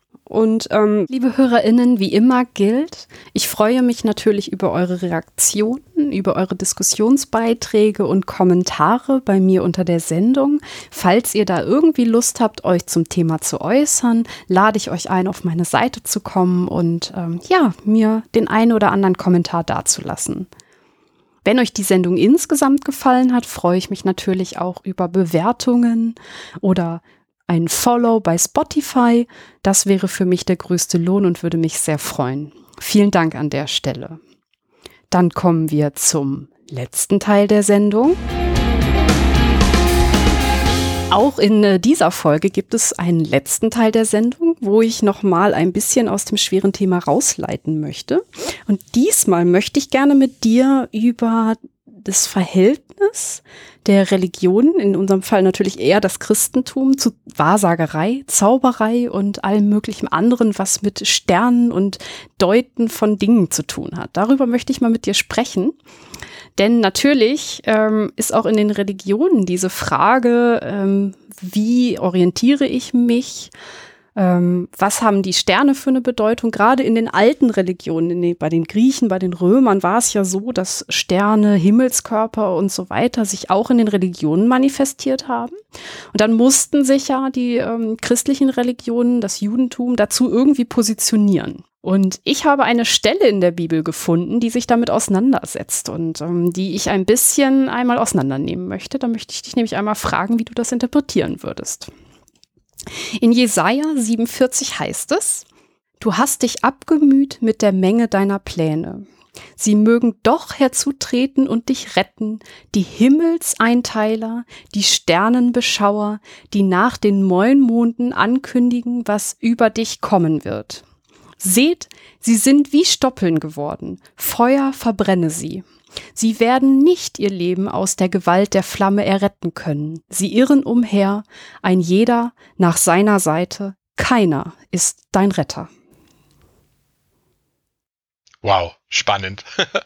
Und ähm, liebe HörerInnen, wie immer gilt, ich freue mich natürlich über eure Reaktionen, über eure Diskussionsbeiträge und Kommentare bei mir unter der Sendung. Falls ihr da irgendwie Lust habt, euch zum Thema zu äußern, lade ich euch ein, auf meine Seite zu kommen und ähm, ja, mir den einen oder anderen Kommentar dazulassen. Wenn euch die Sendung insgesamt gefallen hat, freue ich mich natürlich auch über Bewertungen oder ein Follow bei Spotify. Das wäre für mich der größte Lohn und würde mich sehr freuen. Vielen Dank an der Stelle. Dann kommen wir zum letzten Teil der Sendung. Auch in äh, dieser Folge gibt es einen letzten Teil der Sendung, wo ich noch mal ein bisschen aus dem schweren Thema rausleiten möchte. Und diesmal möchte ich gerne mit dir über das Verhältnis der Religionen, in unserem Fall natürlich eher das Christentum, zu Wahrsagerei, Zauberei und allem möglichen anderen, was mit Sternen und Deuten von Dingen zu tun hat. Darüber möchte ich mal mit dir sprechen. Denn natürlich ähm, ist auch in den Religionen diese Frage, ähm, wie orientiere ich mich, Ähm, was haben die Sterne für eine Bedeutung? Gerade in den alten Religionen, in den, bei den Griechen, bei den Römern war es ja so, dass Sterne, Himmelskörper und so weiter sich auch in den Religionen manifestiert haben. Und dann mussten sich ja die ähm, christlichen Religionen, das Judentum, dazu irgendwie positionieren. Und ich habe eine Stelle in der Bibel gefunden, die sich damit auseinandersetzt und ähm, die ich ein bisschen einmal auseinandernehmen möchte. Da möchte ich dich nämlich einmal fragen, wie du das interpretieren würdest. In Jesaja siebenundvierzig heißt es: Du hast dich abgemüht mit der Menge deiner Pläne. Sie mögen doch herzutreten und dich retten, die Himmelseinteiler, die Sternenbeschauer, die nach den Neumunden ankündigen, was über dich kommen wird. Seht, sie sind wie Stoppeln geworden, Feuer verbrenne sie. Sie werden nicht ihr Leben aus der Gewalt der Flamme erretten können. Sie irren umher, ein jeder nach seiner Seite. Keiner ist dein Retter. Wow, spannend.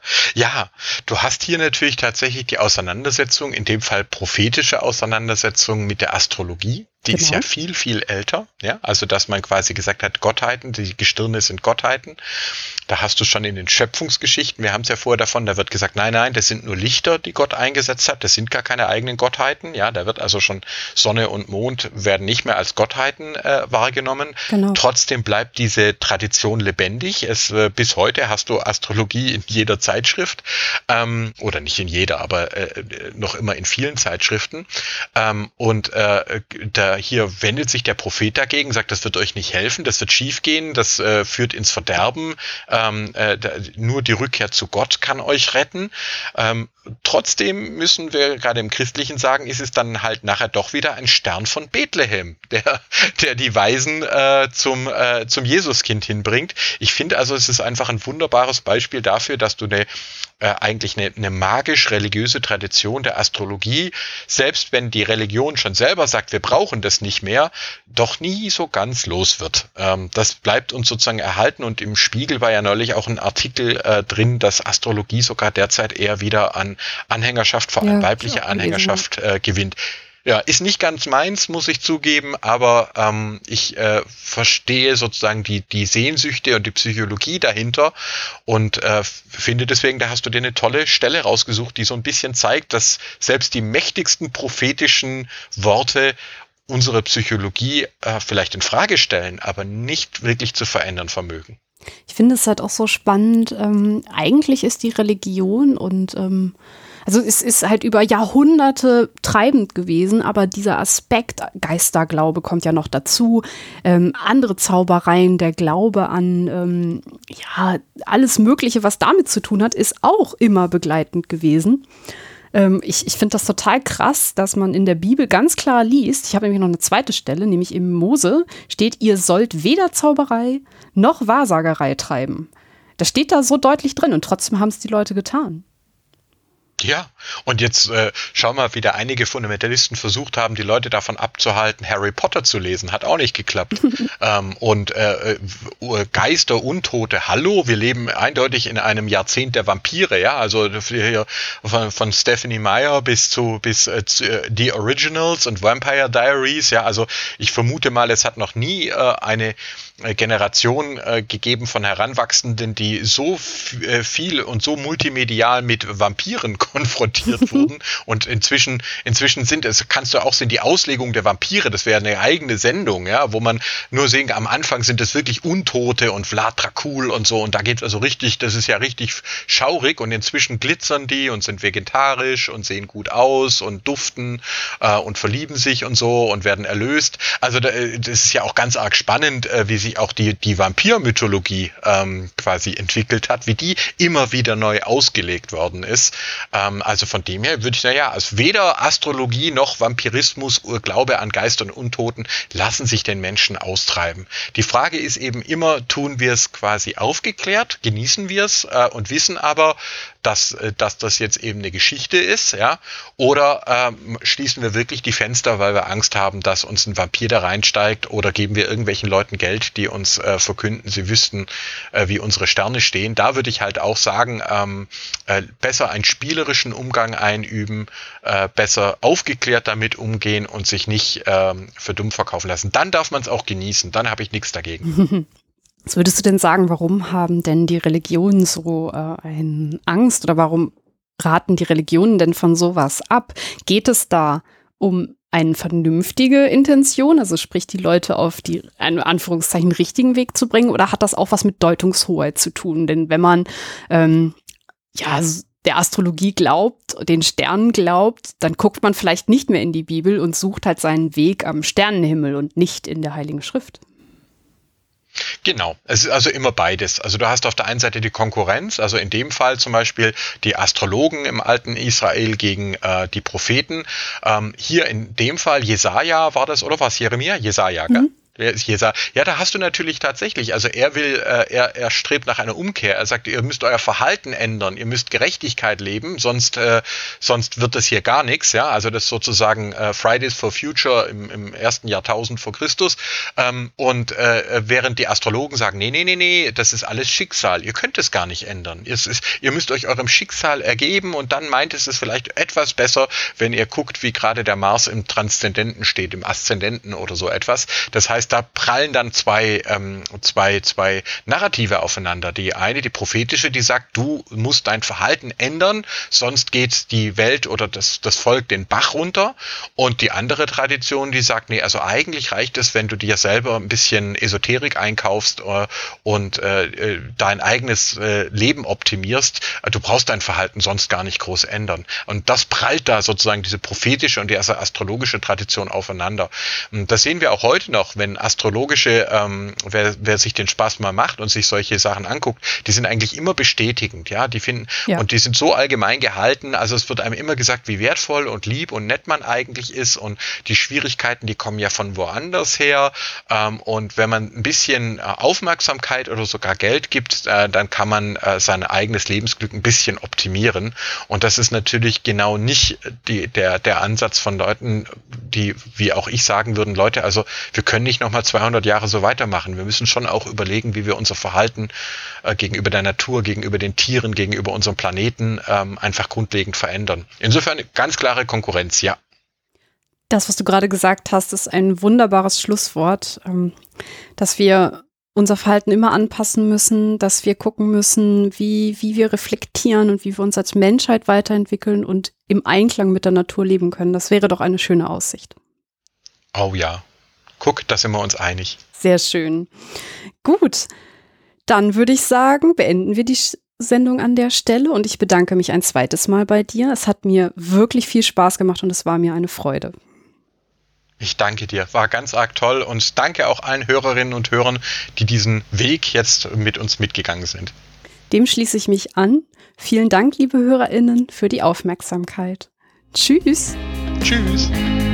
Ja, du hast hier natürlich tatsächlich die Auseinandersetzung, in dem Fall prophetische Auseinandersetzung mit der Astrologie. Die genau. ist ja viel, viel älter. Ja, also, dass man quasi gesagt hat, Gottheiten, die Gestirne sind Gottheiten. Da hast du schon in den Schöpfungsgeschichten, wir haben es ja vorher davon, da wird gesagt, nein, nein, das sind nur Lichter, die Gott eingesetzt hat. Das sind gar keine eigenen Gottheiten. Ja, da wird also schon Sonne und Mond werden nicht mehr als Gottheiten äh, wahrgenommen. Genau. Trotzdem bleibt diese Tradition lebendig. Es, äh, bis heute hast du Astrologie in jeder Zeitschrift, ähm, oder nicht in jeder, aber äh, noch immer in vielen Zeitschriften. Ähm, und äh, da hier wendet sich der Prophet dagegen, sagt, das wird euch nicht helfen, das wird schiefgehen, das äh, führt ins Verderben. Ähm, äh, da, nur die Rückkehr zu Gott kann euch retten. Ähm, trotzdem müssen wir gerade im Christlichen sagen, ist es dann halt nachher doch wieder ein Stern von Bethlehem, der, der die Weisen äh, zum, äh, zum Jesuskind hinbringt. Ich finde also, es ist einfach ein wunderbares Beispiel dafür, dass du eine äh, eigentlich eine, eine magisch-religiöse Tradition der Astrologie, selbst wenn die Religion schon selber sagt, wir brauchen das nicht mehr, doch nie so ganz los wird. Ähm, das bleibt uns sozusagen erhalten, und im Spiegel war ja neulich auch ein Artikel äh, drin, dass Astrologie sogar derzeit eher wieder an Anhängerschaft, vor allem ja, weibliche Anhängerschaft äh, gewinnt. Ja, ist nicht ganz meins, muss ich zugeben, aber ähm, ich äh, verstehe sozusagen die die Sehnsüchte und die Psychologie dahinter und äh, finde deswegen, da hast du dir eine tolle Stelle rausgesucht, die so ein bisschen zeigt, dass selbst die mächtigsten prophetischen Worte unsere Psychologie äh, vielleicht in Frage stellen, aber nicht wirklich zu verändern vermögen. Ich finde es halt auch so spannend. Ähm, eigentlich ist die Religion und ähm, also es ist halt über Jahrhunderte treibend gewesen, aber dieser Aspekt Geisterglaube kommt ja noch dazu. Ähm, andere Zaubereien, der Glaube an ähm, ja alles Mögliche, was damit zu tun hat, ist auch immer begleitend gewesen. Ähm, ich ich finde das total krass, dass man in der Bibel ganz klar liest, ich habe nämlich noch eine zweite Stelle, nämlich im Mose steht, ihr sollt weder Zauberei noch Wahrsagerei treiben. Das steht da so deutlich drin und trotzdem haben es die Leute getan. Ja, und jetzt äh, schau mal, wie da einige Fundamentalisten versucht haben, die Leute davon abzuhalten, Harry Potter zu lesen. Hat auch nicht geklappt. ähm, und äh, Geister, Untote, hallo, wir leben eindeutig in einem Jahrzehnt der Vampire, ja, also hier von, von Stephenie Meyer bis zu bis äh, zu, äh, The Originals und Vampire Diaries, ja, also ich vermute mal, es hat noch nie äh, eine Generation äh, gegeben von Heranwachsenden, die so f- äh, viel und so multimedial mit Vampiren konfrontiert wurden. Und inzwischen, inzwischen sind es, kannst du auch sehen, die Auslegung der Vampire, das wäre eine eigene Sendung, ja, wo man nur sehen, am Anfang sind es wirklich Untote und Vlad Dracul und so, und da geht es also richtig, das ist ja richtig schaurig, und inzwischen glitzern die und sind vegetarisch und sehen gut aus und duften äh, und verlieben sich und so und werden erlöst. Also da, das ist ja auch ganz arg spannend, äh, wie sich auch die, die Vampirmythologie ähm, quasi entwickelt hat, wie die immer wieder neu ausgelegt worden ist. Ähm, also von dem her würde ich sagen, ja, also weder Astrologie noch Vampirismus, Glaube an Geister und Untoten lassen sich den Menschen austreiben. Die Frage ist eben immer, tun wir es quasi aufgeklärt, genießen wir es äh, und wissen aber, dass, dass das jetzt eben eine Geschichte ist, ja, oder ähm, schließen wir wirklich die Fenster, weil wir Angst haben, dass uns ein Vampir da reinsteigt, oder geben wir irgendwelchen Leuten Geld, die uns äh, verkünden, sie wüssten, äh, wie unsere Sterne stehen. Da würde ich halt auch sagen, ähm, äh, besser einen spielerischen Umgang einüben, äh, besser aufgeklärt damit umgehen und sich nicht ähm, für dumm verkaufen lassen. Dann darf man es auch genießen, dann habe ich nichts dagegen. Was würdest du denn sagen, warum haben denn die Religionen so äh, eine Angst, oder warum raten die Religionen denn von sowas ab? Geht es da um eine vernünftige Intention, also sprich die Leute auf die, in Anführungszeichen, richtigen Weg zu bringen, oder hat das auch was mit Deutungshoheit zu tun? Denn wenn man ähm, ja der Astrologie glaubt, den Sternen glaubt, dann guckt man vielleicht nicht mehr in die Bibel und sucht halt seinen Weg am Sternenhimmel und nicht in der Heiligen Schrift. Genau, es ist also immer beides. Also du hast auf der einen Seite die Konkurrenz, also in dem Fall zum Beispiel die Astrologen im alten Israel gegen äh, die Propheten. Ähm, hier in dem Fall Jesaja war das, oder war es Jeremia? Jesaja, gell? Mhm. Wer ist Jesaja? Ja, da hast du natürlich tatsächlich, also er will, äh, er, er strebt nach einer Umkehr. Er sagt, ihr müsst euer Verhalten ändern, ihr müsst Gerechtigkeit leben, sonst, äh, sonst wird das hier gar nichts. Ja, also das ist sozusagen äh, Fridays for Future im, im ersten Jahrtausend vor Christus. Ähm, und äh, während die Astrologen sagen, nee, nee, nee, nee, das ist alles Schicksal. Ihr könnt es gar nicht ändern. Es ist, ihr müsst euch eurem Schicksal ergeben, und dann meint es es vielleicht etwas besser, wenn ihr guckt, wie gerade der Mars im Transzendenten steht, im Aszendenten oder so etwas. Das heißt, da prallen dann zwei, ähm, zwei, zwei Narrative aufeinander. Die eine, die prophetische, die sagt, du musst dein Verhalten ändern, sonst geht die Welt oder das, das Volk den Bach runter. Und die andere Tradition, die sagt, nee, also eigentlich reicht es, wenn du dir selber ein bisschen Esoterik einkaufst äh, und äh, dein eigenes äh, Leben optimierst. Du brauchst dein Verhalten sonst gar nicht groß ändern. Und das prallt da sozusagen diese prophetische und die astrologische Tradition aufeinander. Und das sehen wir auch heute noch, wenn astrologische, ähm, wer, wer sich den Spaß mal macht und sich solche Sachen anguckt, die sind eigentlich immer bestätigend, ja, die finden, ja. Und die sind so allgemein gehalten, also es wird einem immer gesagt, wie wertvoll und lieb und nett man eigentlich ist, und die Schwierigkeiten, die kommen ja von woanders her, ähm, und wenn man ein bisschen äh, Aufmerksamkeit oder sogar Geld gibt, äh, dann kann man äh, sein eigenes Lebensglück ein bisschen optimieren, und das ist natürlich genau nicht die, der, der Ansatz von Leuten, die, wie auch ich sagen würden, Leute, also wir können nicht nochmal zweihundert Jahre so weitermachen. Wir müssen schon auch überlegen, wie wir unser Verhalten äh, gegenüber der Natur, gegenüber den Tieren, gegenüber unserem Planeten ähm, einfach grundlegend verändern. Insofern ganz klare Konkurrenz, ja. Das, was du gerade gesagt hast, ist ein wunderbares Schlusswort, ähm, dass wir unser Verhalten immer anpassen müssen, dass wir gucken müssen, wie, wie wir reflektieren und wie wir uns als Menschheit weiterentwickeln und im Einklang mit der Natur leben können. Das wäre doch eine schöne Aussicht. Oh ja. Guck, da sind wir uns einig. Sehr schön. Gut, dann würde ich sagen, beenden wir die Sendung an der Stelle, und ich bedanke mich ein zweites Mal bei dir. Es hat mir wirklich viel Spaß gemacht und es war mir eine Freude. Ich danke dir, war ganz arg toll, und danke auch allen Hörerinnen und Hörern, die diesen Weg jetzt mit uns mitgegangen sind. Dem schließe ich mich an. Vielen Dank, liebe HörerInnen, für die Aufmerksamkeit. Tschüss. Tschüss.